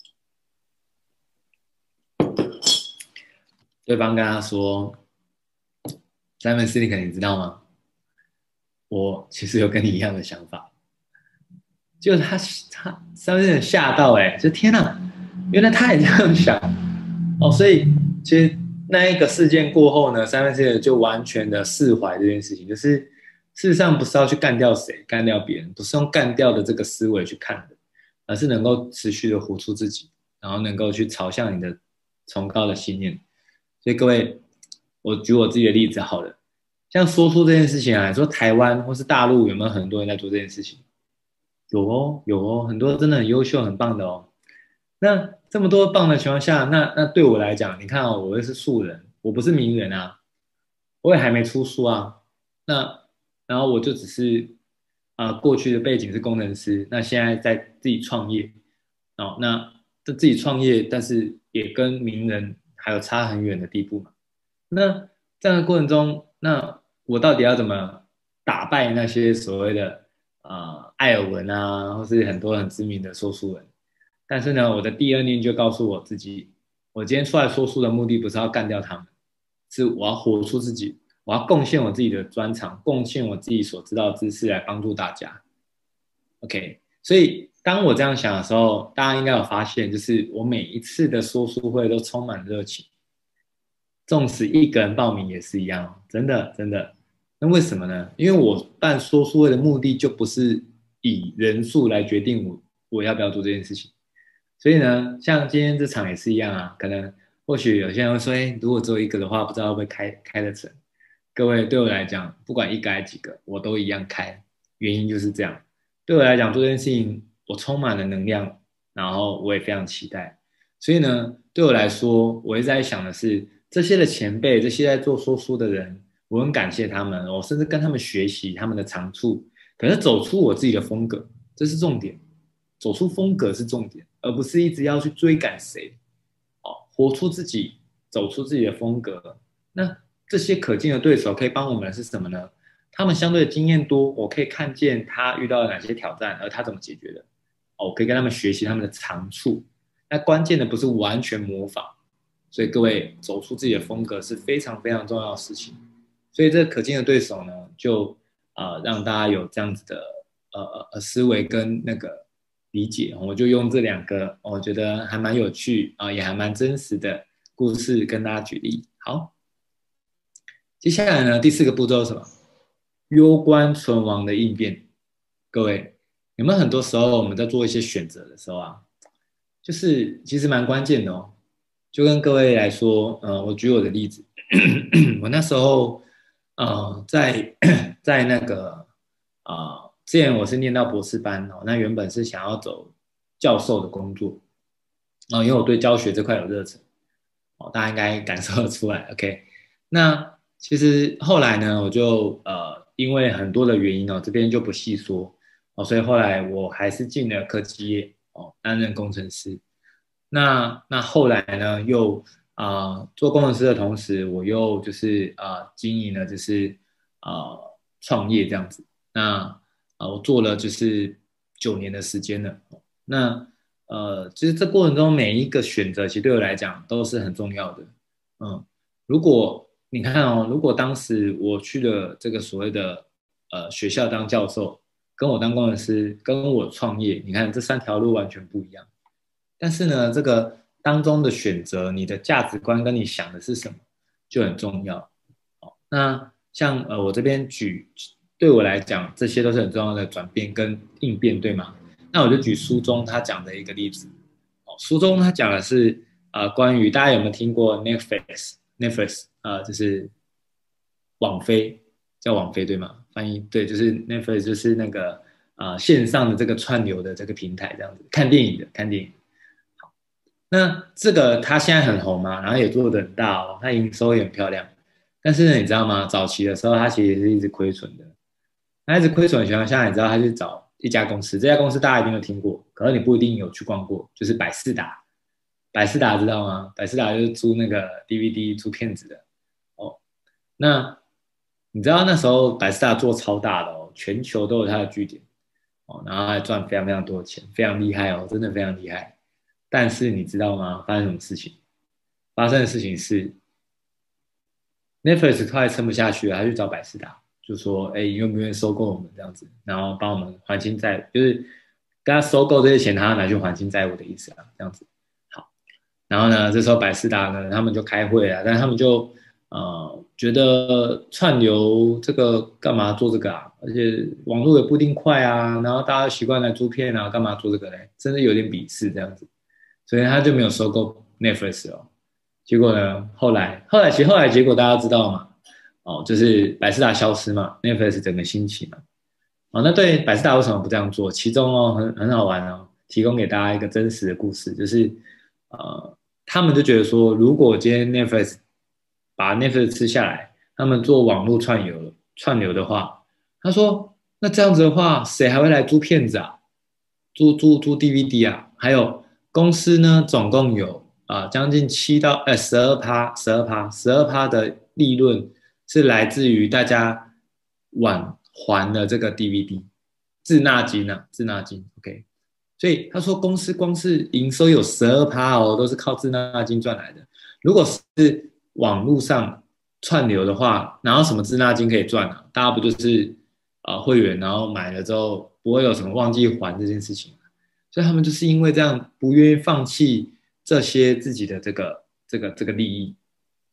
对方跟他说：“三分 C，你肯定知道吗？我其实有跟你一样的想法。”就他他三分 C 吓到哎、欸，就天哪，原来他也这样想哦，所以其实那一个事件过后呢，三分 C 就完全的释怀这件事情，就是事实上不是要去干掉谁，干掉别人，不是用干掉的这个思维去看的，而是能够持续的活出自己，然后能够去朝向你的崇高的信念。所以各位，我举我自己的例子好了，像说出这件事情啊，说台湾或是大陆有没有很多人在做这件事情？有哦，有哦，很多真的很优秀、很棒的哦。那这么多棒的情况下，那那对我来讲，你看哦，我又是素人，我不是名人啊，我也还没出书啊。那然后我就只是啊、呃过去的背景是工程师，那现在在自己创业哦，那这自己创业，但是也跟名人还有差很远的地步嘛。那这样的过程中，那我到底要怎么打败那些所谓的呃艾尔文啊，或是很多很知名的说书人？但是呢，我的第二念就告诉我自己，我今天出来说书的目的不是要干掉他们，是我要活出自己，我要贡献我自己的专长，贡献我自己所知道的知识来帮助大家。OK，所以当我这样想的时候，大家应该有发现，就是我每一次的说书会都充满热情。 纵使一个人报名也是一样哦，真的真的。那为什么呢？因为我办说书会的目的就不是以人数来决定我我要不要做这件事情。所以呢，像今天这场也是一样啊，可能或许有些人会说，哎，如果只有一个的话，不知道会不会开开得成。各位，对我来讲，不管一个还是几个，我都一样开，原因就是这样。对我来讲，做这件事情，我充满了能量，然后我也非常期待。所以呢，对我来说，我一直在想的是，这些的前辈，这些在做说书的人，我很感谢他们，我甚至跟他们学习他们的长处，可是走出我自己的风格，这是重点。走出风格是重点，而不是一直要去追赶谁。哦，活出自己，走出自己的风格。那这些可敬的对手可以帮我们的是什么呢？他们相对的经验多，我可以看见他遇到了哪些挑战，而他怎么解决的。哦，我可以跟他们学习他们的长处。那关键的不是完全模仿，所以各位走出自己的风格是非常非常重要的事情。所以这可敬的对手呢，就呃让大家有这样子的呃呃思维跟那个理解，我就用这两个我觉得还蛮有趣啊、呃，也还蛮真实的故事跟大家举例。好，接下来呢，第四个步骤是什么？攸关存亡的应变。各位，有没有很多时候我们在做一些选择的时候啊，就是其实蛮关键的哦。就跟各位来说，呃，我举我的例子，我那时候呃在在那个啊、呃，之前我是念到博士班哦，那原本是想要走教授的工作，哦，因为我对教学这块有热忱，哦，大家应该感受得出来。OK，那其实后来呢，我就呃因为很多的原因哦，这边就不细说哦，所以后来我还是进了科技业哦，担任工程师。那那后来呢，又啊、呃、做工程师的同时，我又就是啊、呃、经营了就是啊、呃、创业这样子。那啊、呃、我做了就是九年的时间了。那呃其实这过程中每一个选择，其实对我来讲都是很重要的。嗯，如果你看哦，如果当时我去了这个所谓的呃学校当教授，跟我当工程师，跟我创业，你看这三条路完全不一样。但是呢，这个当中的选择，你的价值观跟你想的是什么，就很重要。哦，那像呃，我这边举，对我来讲，这些都是很重要的转变跟应变，对吗？那我就举书中他讲的一个例子。哦，书中他讲的是呃，关于大家有没有听过 Netflix？Netflix 呃，就是网飞，叫网飞对吗？翻译对，就是 Netflix，就是那个呃线上的这个串流的这个平台，这样子看电影的，看电影。那这个他现在很红嘛，然后也做得很大哦，他营收也很漂亮。但是呢，你知道吗？早期的时候，他其实是一直亏损的。那一直亏损的情况下，你知道他去找一家公司，这家公司大家一定有听过，可能你不一定有去逛过，就是百视达。百视达知道吗？百视达就是租那个 D V D 租片子的哦。那你知道那时候百视达做超大的哦，全球都有它的据点哦，然后还赚非常非常多的钱，非常厉害哦，真的非常厉害。但是你知道吗？发生什么事情？发生的事情是 Netflix 快撑不下去了，他去找百视达，就说：“哎，你愿不愿意收购我们这样子，然后帮我们还清债务，就是跟他收购这些钱，他要拿去还清债务的意思啊，这样子。”好，然后呢，这时候百视达呢，他们就开会啊，但他们就呃觉得串流这个干嘛做这个啊？而且网络也不一定快啊，然后大家习惯来租片啊，干嘛做这个嘞？甚至有点鄙视这样子。所以他就没有收购 Netflix 哦。结果呢，后来后来其实后来结果大家知道嘛，哦，就是百事达消失嘛，Netflix 整个兴起嘛。哦，那对百事达为什么不这样做？其中哦很很好玩哦，提供给大家一个真实的故事，就是呃，他们就觉得说，如果今天 Netflix 把 Netflix 吃下来，他们做网络串流串流的话，他说那这样子的话，谁还会来租片子啊？租租租 D V D 啊？还有公司呢，总共有啊、呃、将近七到呃十二趴十二趴十二趴的利润是来自于大家晚还的这个 D V D 滞纳金啊，滞纳金 OK。所以他说，公司光是营收有十二趴哦，都是靠滞纳金赚来的。如果是网络上串流的话，哪有什么滞纳金可以赚啊？大家不就是啊、呃、会员，然后买了之后不会有什么忘记还这件事情。所以他们就是因为这样不愿意放弃这些自己的这个这个这个利益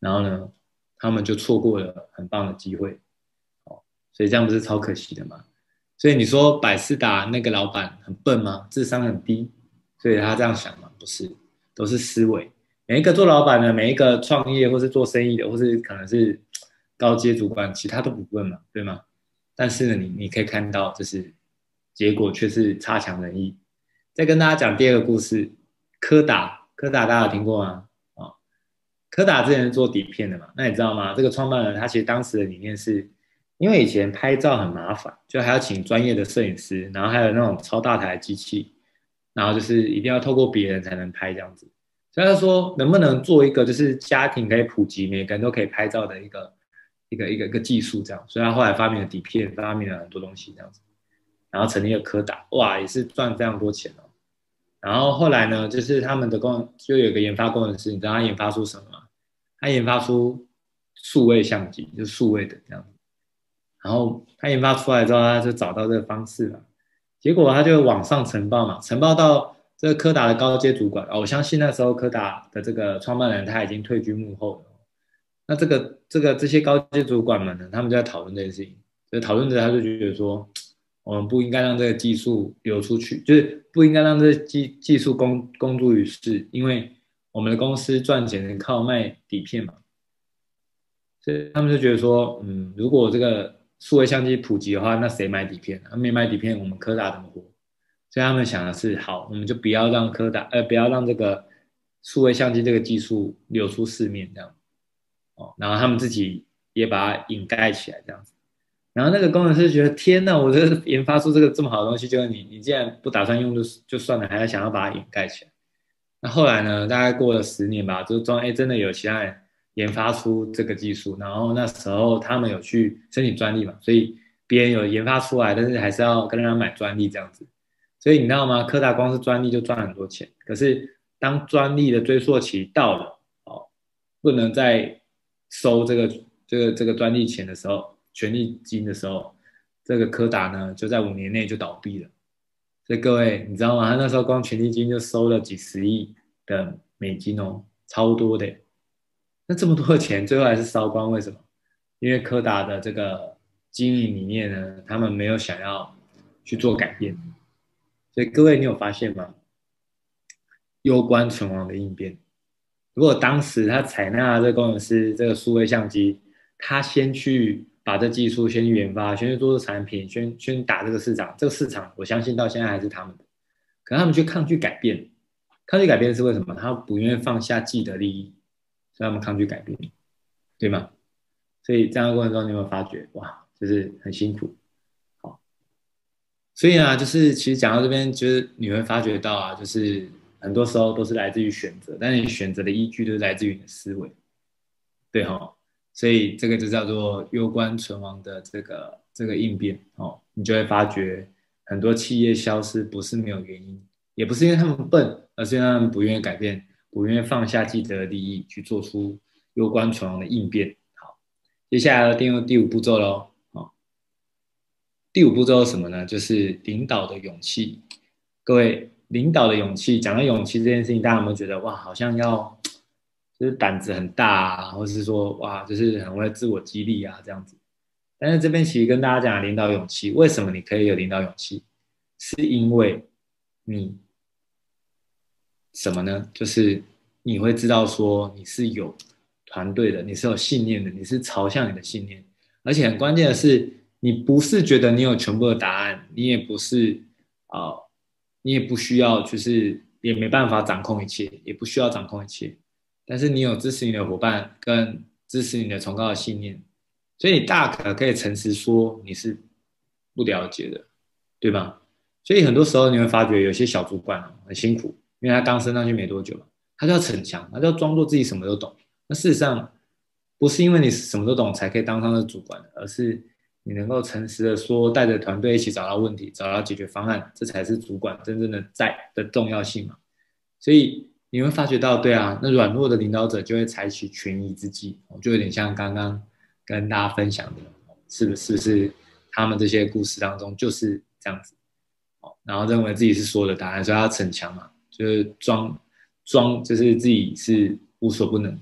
然后呢，他们就错过了很棒的机会，哦，所以这样不是超可惜的吗？所以你说百事达那个老板很笨吗？智商很低，所以他这样想吗？不是，都是思维。每一个做老板的，每一个创业或是做生意的，或是可能是高阶主管，其他都不笨嘛，对吗？但是呢，你你可以看到，就是结果却是差强人意。再跟大家讲第二个故事，柯达，柯达大家有听过吗？啊、哦，柯达之前是做底片的嘛，那你知道吗？这个创办人他其实当时的理念是，因为以前拍照很麻烦，就还要请专业的摄影师，然后还有那种超大台的机器，然后就是一定要透过别人才能拍这样子。所以他说，能不能做一个就是家庭可以普及，每个人都可以拍照的一个一个一个一个技术这样。所以他后来发明了底片，发明了很多东西这样子，然后成立了柯达，哇，也是赚非常多钱哦。然后后来呢，就是他们的工就有一个研发工程师，你知道他研发出什么吗？他研发出数位相机，就是数位的这样子。然后他研发出来之后，他就找到这个方式了。结果他就往上呈报嘛，呈报到这个柯达的高阶主管。哦，我相信那时候柯达的这个创办人他已经退居幕后了。那这个这个这些高阶主管们呢，他们就在讨论这件事情，就讨论着他就觉得说，我们不应该让这个技术流出去，就是不应该让这个技技术公公诸于世，因为我们的公司赚钱是靠卖底片嘛。所以他们就觉得说，嗯，如果这个数位相机普及的话，那谁买底片啊？没买底片，我们柯达怎么活？所以他们想的是，好，我们就不要让柯达，呃，不要让这个数位相机这个技术流出市面，这样，哦，然后他们自己也把它掩盖起来，这样子。然后那个工程师觉得，天哪，我这研发出这个这么好的东西，就是你，你既然不打算用就就算了，还要想要把它掩盖起来。那后来呢？大概过了十年吧，就装哎，真的有其他人研发出这个技术，然后那时候他们有去申请专利嘛，所以别人有研发出来，但是还是要跟人家买专利这样子。所以你知道吗？柯达光是专利就赚很多钱，可是当专利的追溯期到了，哦，不能再收这个这个这个专利钱的时候，权利金的时候，这个柯达呢就在五年内就倒闭了。所以各位，你知道吗？他那时候光权利金就收了几十亿的美金哦，超多的。那这么多的钱，最后还是烧光，为什么？因为柯达的这个经营理念呢，他们没有想要去做改变。所以各位，你有发现吗？攸关存亡的应变。如果当时他采纳这个工程师这个数位相机，他先去把这技术先去研发，先去做这产品，先先打这个市场，这个市场我相信到现在还是他们的。可他们去抗拒改变，抗拒改变是为什么？他不愿意放下既得利益，所以他们抗拒改变，对吗？所以这样的过程中，你有没有发觉，哇，就是很辛苦。好，所以啊，就是其实讲到这边，就是你会发觉到啊，就是很多时候都是来自于选择，但是你选择的依据都是来自于你的思维，对哈。所以这个就叫做攸关存亡的这个这个应变哦，你就会发觉很多企业消失不是没有原因，也不是因为他们笨，而是因为他们不愿意改变，不愿意放下既得利益去做出攸关存亡的应变。好，接下来进入第五步骤喽。好，第五步骤是什么呢？就是领导的勇气。各位，领导的勇气，讲到勇气这件事情，大家有没有觉得哇，好像要就是胆子很大啊，或是说哇，就是很会自我激励啊这样子？但是这边其实跟大家讲领导勇气，为什么你可以有领导勇气？是因为你什么呢？就是你会知道说你是有团队的，你是有信念的，你是朝向你的信念，而且很关键的是，你不是觉得你有全部的答案，你也不是啊、呃你也不需要，就是也没办法掌控一切，也不需要掌控一切，但是你有支持你的伙伴跟支持你的崇高的信念，所以你大可可以诚实说你是不了解的，对吧？所以很多时候你会发觉有些小主管很辛苦，因为他刚升上去没多久，他就要逞强，他就要装作自己什么都懂。那事实上不是因为你什么都懂才可以当上这主管，而是你能够诚实的说，带着团队一起找到问题，找到解决方案，这才是主管真正的在的重要性嘛。所以你会发觉到，对啊，那软弱的领导者就会采取权宜之计，就有点像刚刚跟大家分享的，是不是？是不是他们这些故事当中就是这样子？然后认为自己是所有的答案，所以他逞强嘛，就是装装，就是自己是无所不能。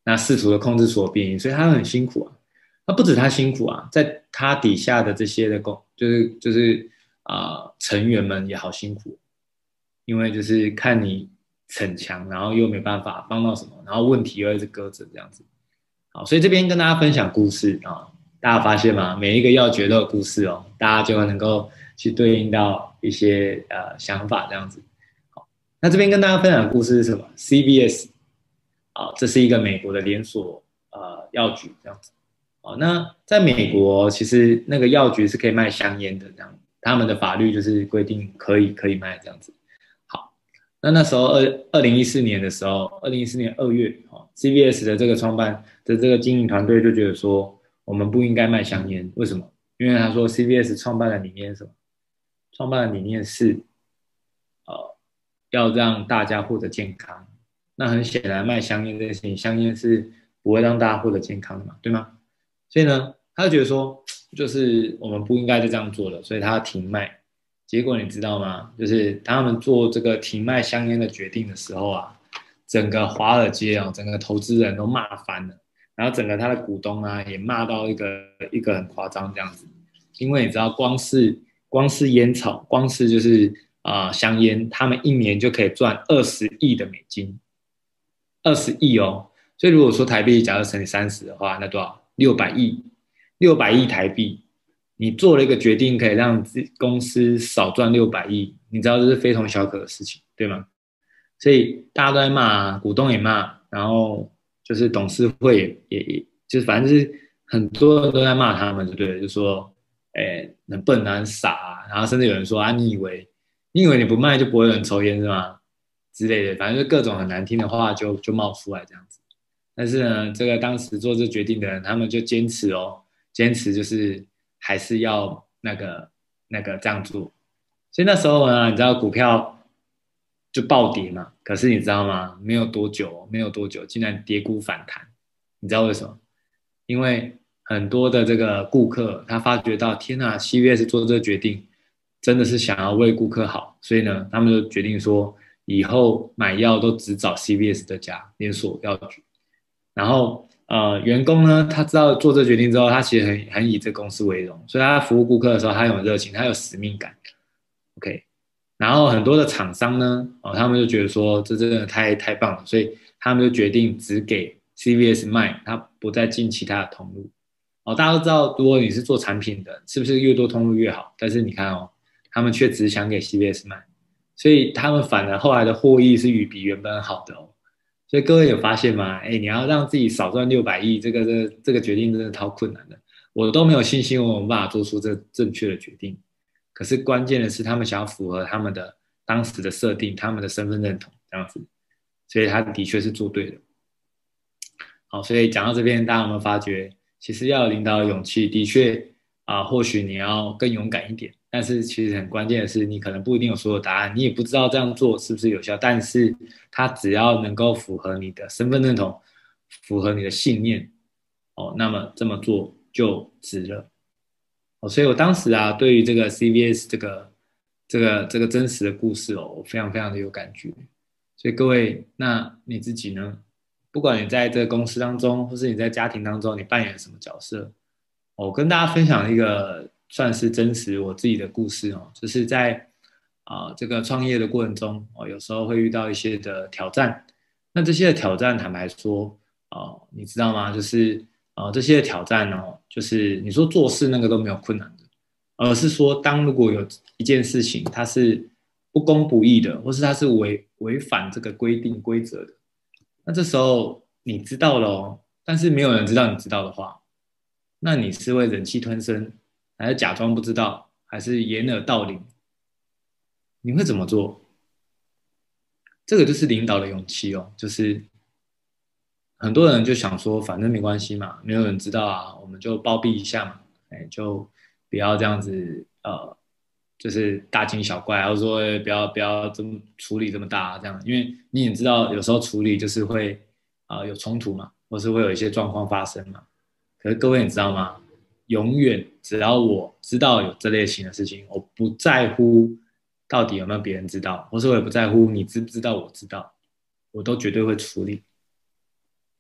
那试图的控制所有变异，所以他很辛苦啊。那不止他辛苦啊，在他底下的这些的工，就是就是啊、呃、成员们也好辛苦，因为就是看你逞强，然后又没办法帮到什么，然后问题又一直搁着这样子。好，所以这边跟大家分享故事啊，大家发现吗？每一个要诀都有故事哦，大家就能够去对应到一些呃想法这样子。好，那这边跟大家分享的故事是什么？C V S 啊，这是一个美国的连锁呃药局这样子。哦，那在美国其实那个药局是可以卖香烟的，这样他们的法律就是规定可以可以卖这样子。好，那那时候二二零一四年的时候，二零一四年二月，哦，C V S 的这个创办的这个经营团队就觉得说，我们不应该卖香烟，为什么？因为他说 C V S 创办的理念是什么？创办的理念是，呃，要让大家获得健康。那很显然，卖香烟这件事情，香烟是不会让大家获得健康的嘛，对吗？所以呢，他就觉得说，就是我们不应该再这样做了，所以他要停卖。结果你知道吗？就是他们做这个停卖香烟的决定的时候啊，整个华尔街啊，整个投资人都骂翻了，然后整个他的股东啊也骂到一个一个很夸张这样子。因为你知道，光是光是烟草，光是就是啊、呃、香烟，他们一年就可以赚二十亿的美金，二十亿哦。所以如果说台币假如乘以三十的话，那多少？六百亿，六百亿台币。你做了一个决定，可以让公司少赚六百亿，你知道这是非同小可的事情，对吗？所以大家都在骂啊，股东也骂，然后就是董事会也也，就是反正就是很多人都在骂他们，就对了，就说，哎，很笨啊，很傻啊，然后甚至有人说啊，你以为你以为你不卖就不会有人抽烟是吗？之类的，反正就各种很难听的话就就冒出来这样子。但是呢，这个当时做这决定的人，他们就坚持哦，坚持就是还是要那个那个这样做。所以那时候呢，你知道股票就暴跌嘛，可是你知道吗？没有多久，没有多久，竟然跌股反弹。你知道为什么？因为很多的这个顾客他发觉到，天哪，C V S 做这个决定真的是想要为顾客好，所以呢，他们就决定说，以后买药都只找 C V S 这家连锁药局。然后呃，员工呢，他知道做这决定之后，他其实很很以这公司为荣，所以他服务顾客的时候，他有热情，他有使命感。OK，然后很多的厂商呢，哦，他们就觉得说这真的太太棒了，所以他们就决定只给 C V S 卖，他不再进其他的通路。哦，大家都知道，如果你是做产品的，是不是越多通路越好？但是你看哦，他们却只想给 C V S 卖，所以他们反而后来的获益是与比原本好的哦。所以各位有发现吗？哎，你要让自己少赚六百亿，这个这个这个决定真的超困难的。我都没有信心，我们办法做出这正确的决定。可是关键的是，他们想要符合他们的当时的设定，他们的身份认同这样子，所以他的确是做对的。好，所以讲到这边，大家有没有发觉，其实要有领导的勇气，的确啊，或许你要更勇敢一点。但是其实很关键的是，你可能不一定有所有答案，你也不知道这样做是不是有效。但是它只要能够符合你的身份认同，符合你的信念，哦，那么这么做就值了。哦，所以我当时啊，对于这个 C V S 这个这个这个真实的故事哦，我非常非常的有感觉。所以各位，那你自己呢？不管你在这个公司当中，或是你在家庭当中，你扮演什么角色？我跟大家分享一个算是真实我自己的故事哦，就是在啊、呃这个创业的过程中哦，有时候会遇到一些的挑战。那这些的挑战，坦白说，哦，你知道吗？就是呃这些的挑战哦，就是你说做事那个都没有困难的，而是说当如果有一件事情它是不公不义的，或是它是违违反这个规定规则的，那这时候你知道了哦，但是没有人知道你知道的话，那你是会忍气吞声，还是假装不知道，还是掩耳盗铃？你会怎么做？这个就是领导的勇气哦，就是很多人就想说，反正没关系嘛，没有人知道啊，我们就包庇一下嘛，哎，就不要这样子，呃，就是大惊小怪，或者说哎不要不要这么处理这么大这样，因为你也知道，有时候处理就是会啊、呃有冲突嘛，或是会有一些状况发生嘛。可是各位你知道吗？永远只要我知道有这类型的事情，我不在乎到底有没有别人知道，或是我也不在乎你知不知道我知道，我都绝对会处理。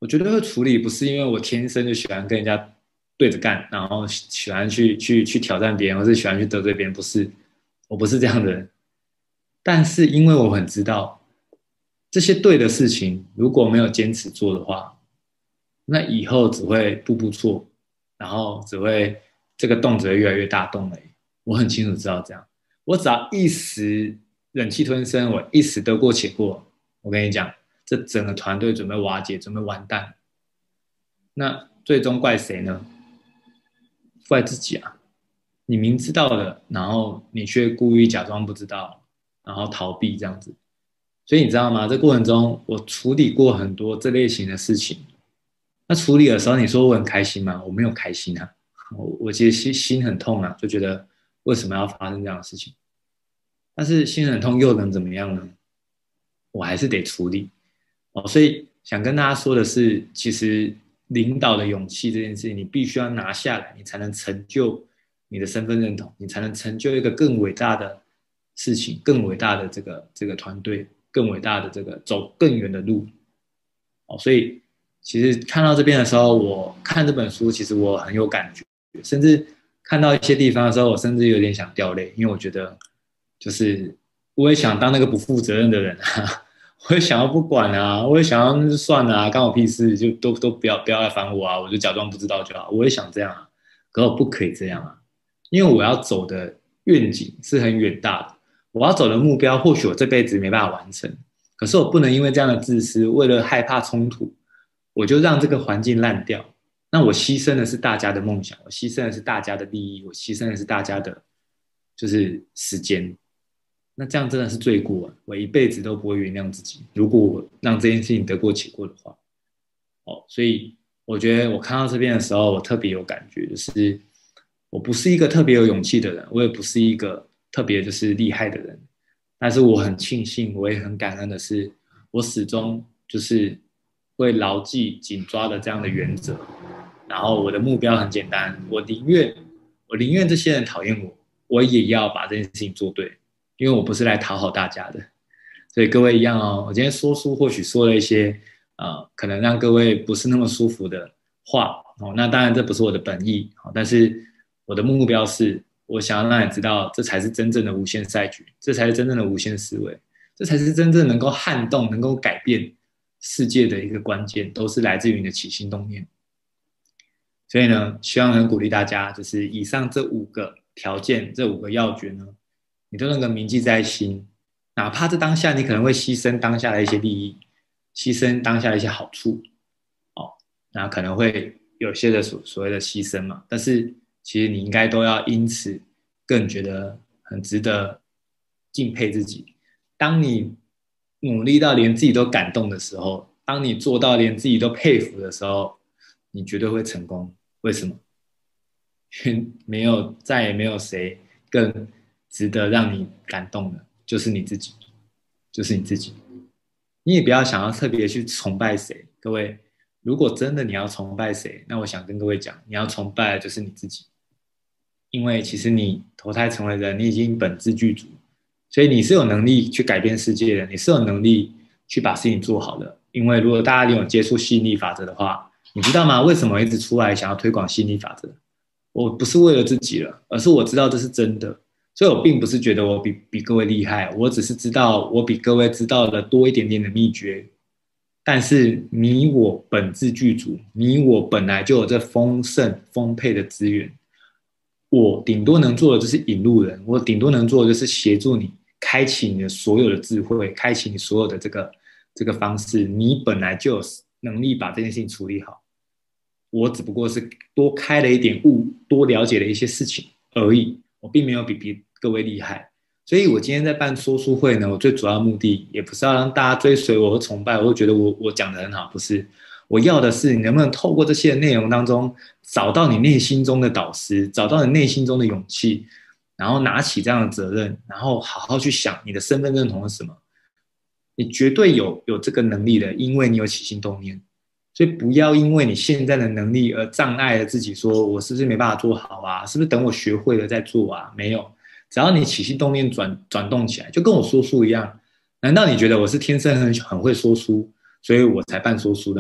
我觉得会处理不是因为我天生就喜欢跟人家对着干，然后喜欢去去去挑战别人，或是喜欢去得罪别人，不是，我不是这样的人。但是因为我很知道这些对的事情，如果没有坚持做的话，那以后只会步步错，然后只会这个洞只会越来越大洞而已。我很清楚知道这样，我只要一时忍气吞声，我一时得过且过，我跟你讲，这整个团队准备瓦解，准备完蛋。那最终怪谁呢？怪自己啊！你明知道的，然后你却故意假装不知道，然后逃避这样子。所以你知道吗？这过程中我处理过很多这类型的事情。那处理的时候，你说我很开心吗？我没有开心啊，我我其实心心很痛啊，就觉得为什么要发生这样的事情？但是心很痛又能怎么样呢？我还是得处理哦。所以想跟大家说的是，其实领导的勇气这件事情，你必须要拿下来，你才能成就你的身份认同，你才能成就一个更伟大的事情，更伟大的这个这个团队，更伟大的这个走更远的路。哦，所以其实看到这边的时候，我看这本书，其实我很有感觉，甚至看到一些地方的时候，我甚至有点想掉泪，因为我觉得就是我也想当那个不负责任的人啊，我也想要不管啊，我也想要算了啊，干我屁事，就都都不要不要来烦我啊，我就假装不知道就好，我也想这样啊，可我不可以这样啊，因为我要走的愿景是很远大的，我要走的目标或许我这辈子没办法完成。可是我不能因为这样的自私，为了害怕冲突，我就让这个环境烂掉。那我牺牲的是大家的梦想，我牺牲的是大家的利益，我牺牲的是大家的，就是时间。那这样真的是罪过啊！我一辈子都不会原谅自己。如果我让这件事情得过且过的话，哦，所以我觉得我看到这边的时候，我特别有感觉，就是我不是一个特别有勇气的人，我也不是一个特别就是厉害的人。但是我很庆幸，我也很感恩的是，我始终就是会牢记紧抓的这样的原则。然后我的目标很简单，我宁愿我宁愿这些人讨厌我，我也要把这件事情做对，因为我不是来讨好大家的。所以各位一样哦，我今天说书或许说了一些呃，可能让各位不是那么舒服的话哦。那当然这不是我的本意，哦，但是我的目标是。我想要让你知道，这才是真正的无限赛局，这才是真正的无限思维，这才是真正能够撼动、能够改变世界的一个关键，都是来自于你的起心动念。所以呢，希望能鼓励大家，就是以上这五个条件、这五个要诀呢，你都能够铭记在心，哪怕这当下你可能会牺牲当下的一些利益，牺牲当下的一些好处，哦，那可能会有些的所所谓的牺牲嘛，但是。其实你应该都要因此更觉得很值得敬佩自己。当你努力到连自己都感动的时候，当你做到连自己都佩服的时候，你绝对会成功。为什么？因为没有，再也没有谁更值得让你感动的，就是你自己，就是你自己。你也不要想要特别去崇拜谁，各位。如果真的你要崇拜谁，那我想跟各位讲，你要崇拜的就是你自己。因为其实你投胎成为人，你已经本自具足，所以你是有能力去改变世界的，你是有能力去把事情做好的。因为如果大家有接触吸引力法则的话，你知道吗？为什么我一直出来想要推广吸引力法则？我不是为了自己了，而是我知道这是真的，所以我并不是觉得我比比各位厉害，我只是知道我比各位知道的多一点点的秘诀。但是你我本自具足，你我本来就有这丰盛丰沛的资源。我顶多能做的就是引路人，我顶多能做的就是协助你开启你的所有的智慧，开启你所有的这个这个方式。你本来就有能力把这件事情处理好，我只不过是多开了一点悟，多了解了一些事情而已，我并没有比比各位厉害。所以我今天在办说书会呢，我最主要的目的也不是要让大家追随我和崇拜，我会觉得我我讲的很好，不是。我要的是你能不能透过这些内容当中找到你内心中的导师，找到你内心中的勇气，然后拿起这样的责任，然后好好去想你的身份认同是什么。你绝对有有这个能力的，因为你有起心动念。所以不要因为你现在的能力而障碍了自己，说我是不是没办法做好啊？是不是等我学会了再做啊？没有，只要你起心动念转转动起来，就跟我说书一样。难道你觉得我是天生很很会说书，所以我才办说书的吗？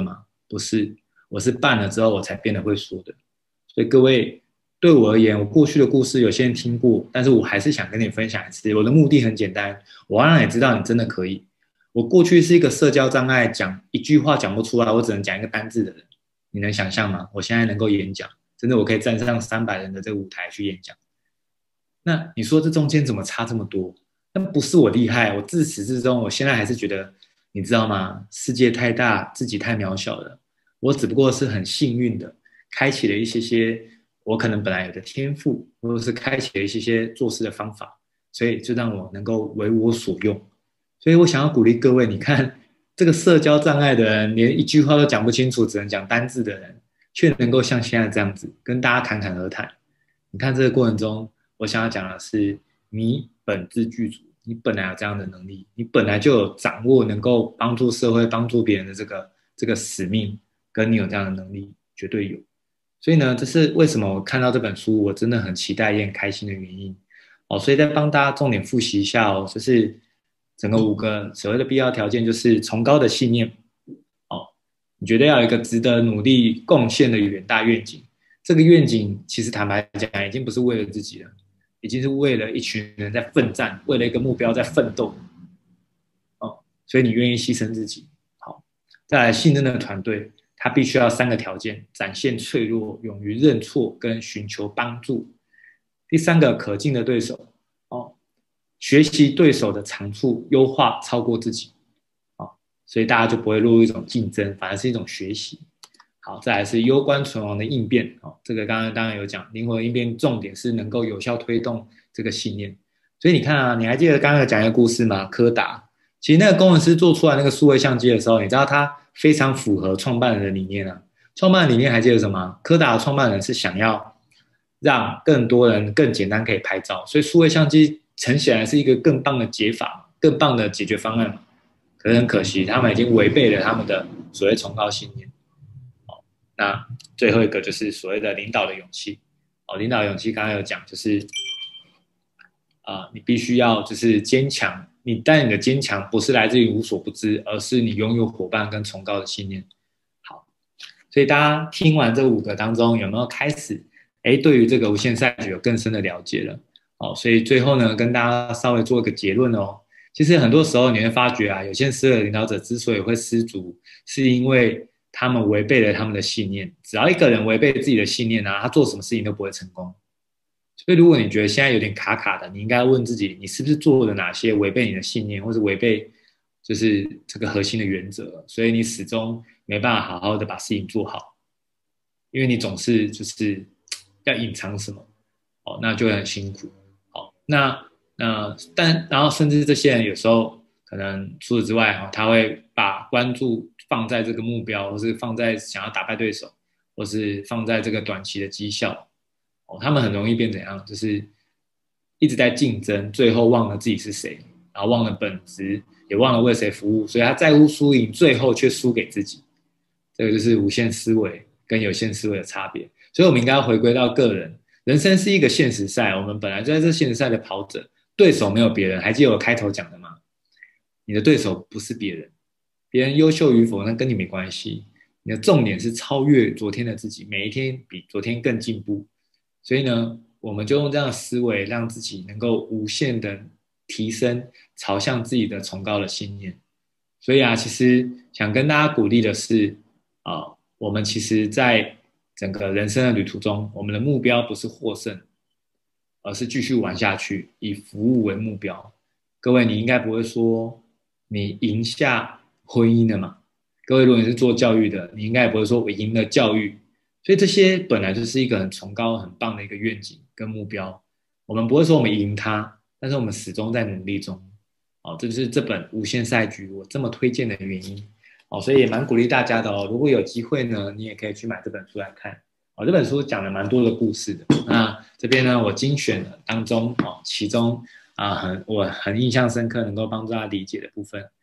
不是，我是办了之后我才变得会说的。所以各位，对我而言，我过去的故事有些人听过，但是我还是想跟你分享一次。我的目的很简单，我要让你知道你真的可以。我过去是一个社交障碍，讲一句话讲不出来，我只能讲一个单字的人。你能想象吗？我现在能够演讲，真的我可以站上三百人的这个舞台去演讲。那你说这中间怎么差这么多？那不是我厉害，我自始至终，我现在还是觉得，你知道吗？世界太大，自己太渺小了。我只不过是很幸运的，开启了一些些我可能本来有的天赋，或者是开启了一些些做事的方法，所以就让我能够为我所用。所以我想要鼓励各位，你看这个社交障碍的人，连一句话都讲不清楚，只能讲单字的人，却能够像现在这样子跟大家侃侃而谈。你看这个过程中，我想要讲的是，你本自具足，你本来有这样的能力，你本来就有掌握能够帮助社会、帮助别人的这个这个使命，跟你有这样的能力，绝对有。所以呢，这是为什么我看到这本书，我真的很期待也很开心的原因。哦，所以再帮大家重点复习一下哦，就是整个五个所谓的必要条件，就是崇高的信念。哦，你觉得要有一个值得努力贡献的远大愿景。这个愿景其实坦白讲，已经不是为了自己了，已经是为了一群人在奋战，为了一个目标在奋斗。哦，所以你愿意牺牲自己。好，再来信任的团队，它必须要三个条件：展现脆弱、勇于认错跟寻求帮助。第三个，可敬的对手。哦，学习对手的长处，优化超过自己。哦，所以大家就不会落入一种竞争，反而是一种学习。好，再来是攸关存亡的应变。哦，这个刚刚当然有讲，灵活应变重点是能够有效推动这个信念。所以你看啊，你还记得刚刚有讲一个故事吗？柯达，其实那个工程师做出来那个数位相机的时候，你知道他非常符合创办人的理念啊。创办人理念还记得什么？柯达的创办人是想要让更多人更简单可以拍照，所以数位相机很显然是一个更棒的解法，更棒的解决方案嘛。可是很可惜，他们已经违背了他们的所谓崇高信念。那最后一个就是所谓的领导的勇气。哦，领导的勇气刚刚有讲，就是啊、呃，你必须要就是坚强。你但你的坚强不是来自于无所不知，而是你拥有伙伴跟崇高的信念。好，所以大家听完这五个当中，有没有开始哎对于这个无限赛局有更深的了解了？哦，所以最后呢，跟大家稍微做一个结论哦。其实很多时候你会发觉啊，有些思维领导者之所以会失足，是因为他们违背了他们的信念。只要一个人违背自己的信念啊，他做什么事情都不会成功。所以如果你觉得现在有点卡卡的，你应该问自己，你是不是做了哪些违背你的信念，或是违背就是这个核心的原则，所以你始终没办法好好的把事情做好，因为你总是就是要隐藏什么，哦，那就会很辛苦。好，那那但然后甚至这些人有时候可能除此之外，哦，他会把关注放在这个目标，或是放在想要打败对手，或是放在这个短期的绩效。哦，他们很容易变怎样？就是一直在竞争，最后忘了自己是谁，然后忘了本质，也忘了为谁服务，所以他在乎输赢，最后却输给自己。这个就是无限思维跟有限思维的差别。所以我们应该要回归到个人，人生是一个现实赛，我们本来就在这现实赛的跑者，对手没有别人。还记得我开头讲的吗？你的对手不是别人，别人优秀与否那跟你没关系，你的重点是超越昨天的自己，每一天比昨天更进步。所以呢，我们就用这样的思维，让自己能够无限的提升，朝向自己的崇高的信念。所以啊，其实想跟大家鼓励的是，啊、呃，我们其实在整个人生的旅途中，我们的目标不是获胜，而是继续玩下去，以服务为目标。各位，你应该不会说你赢下婚姻了嘛？各位，如果你是做教育的，你应该也不会说我赢了教育。所以这些本来就是一个很崇高、很棒的一个愿景跟目标。我们不会说我们赢它，但是我们始终在努力中。哦，这就是这本《无限赛局》我这么推荐的原因。哦，所以也蛮鼓励大家的哦。如果有机会呢，你也可以去买这本书来看。哦，这本书讲了蛮多的故事的。那这边呢，我精选了当中哦，其中啊很我很印象深刻，能够帮助大家理解的部分，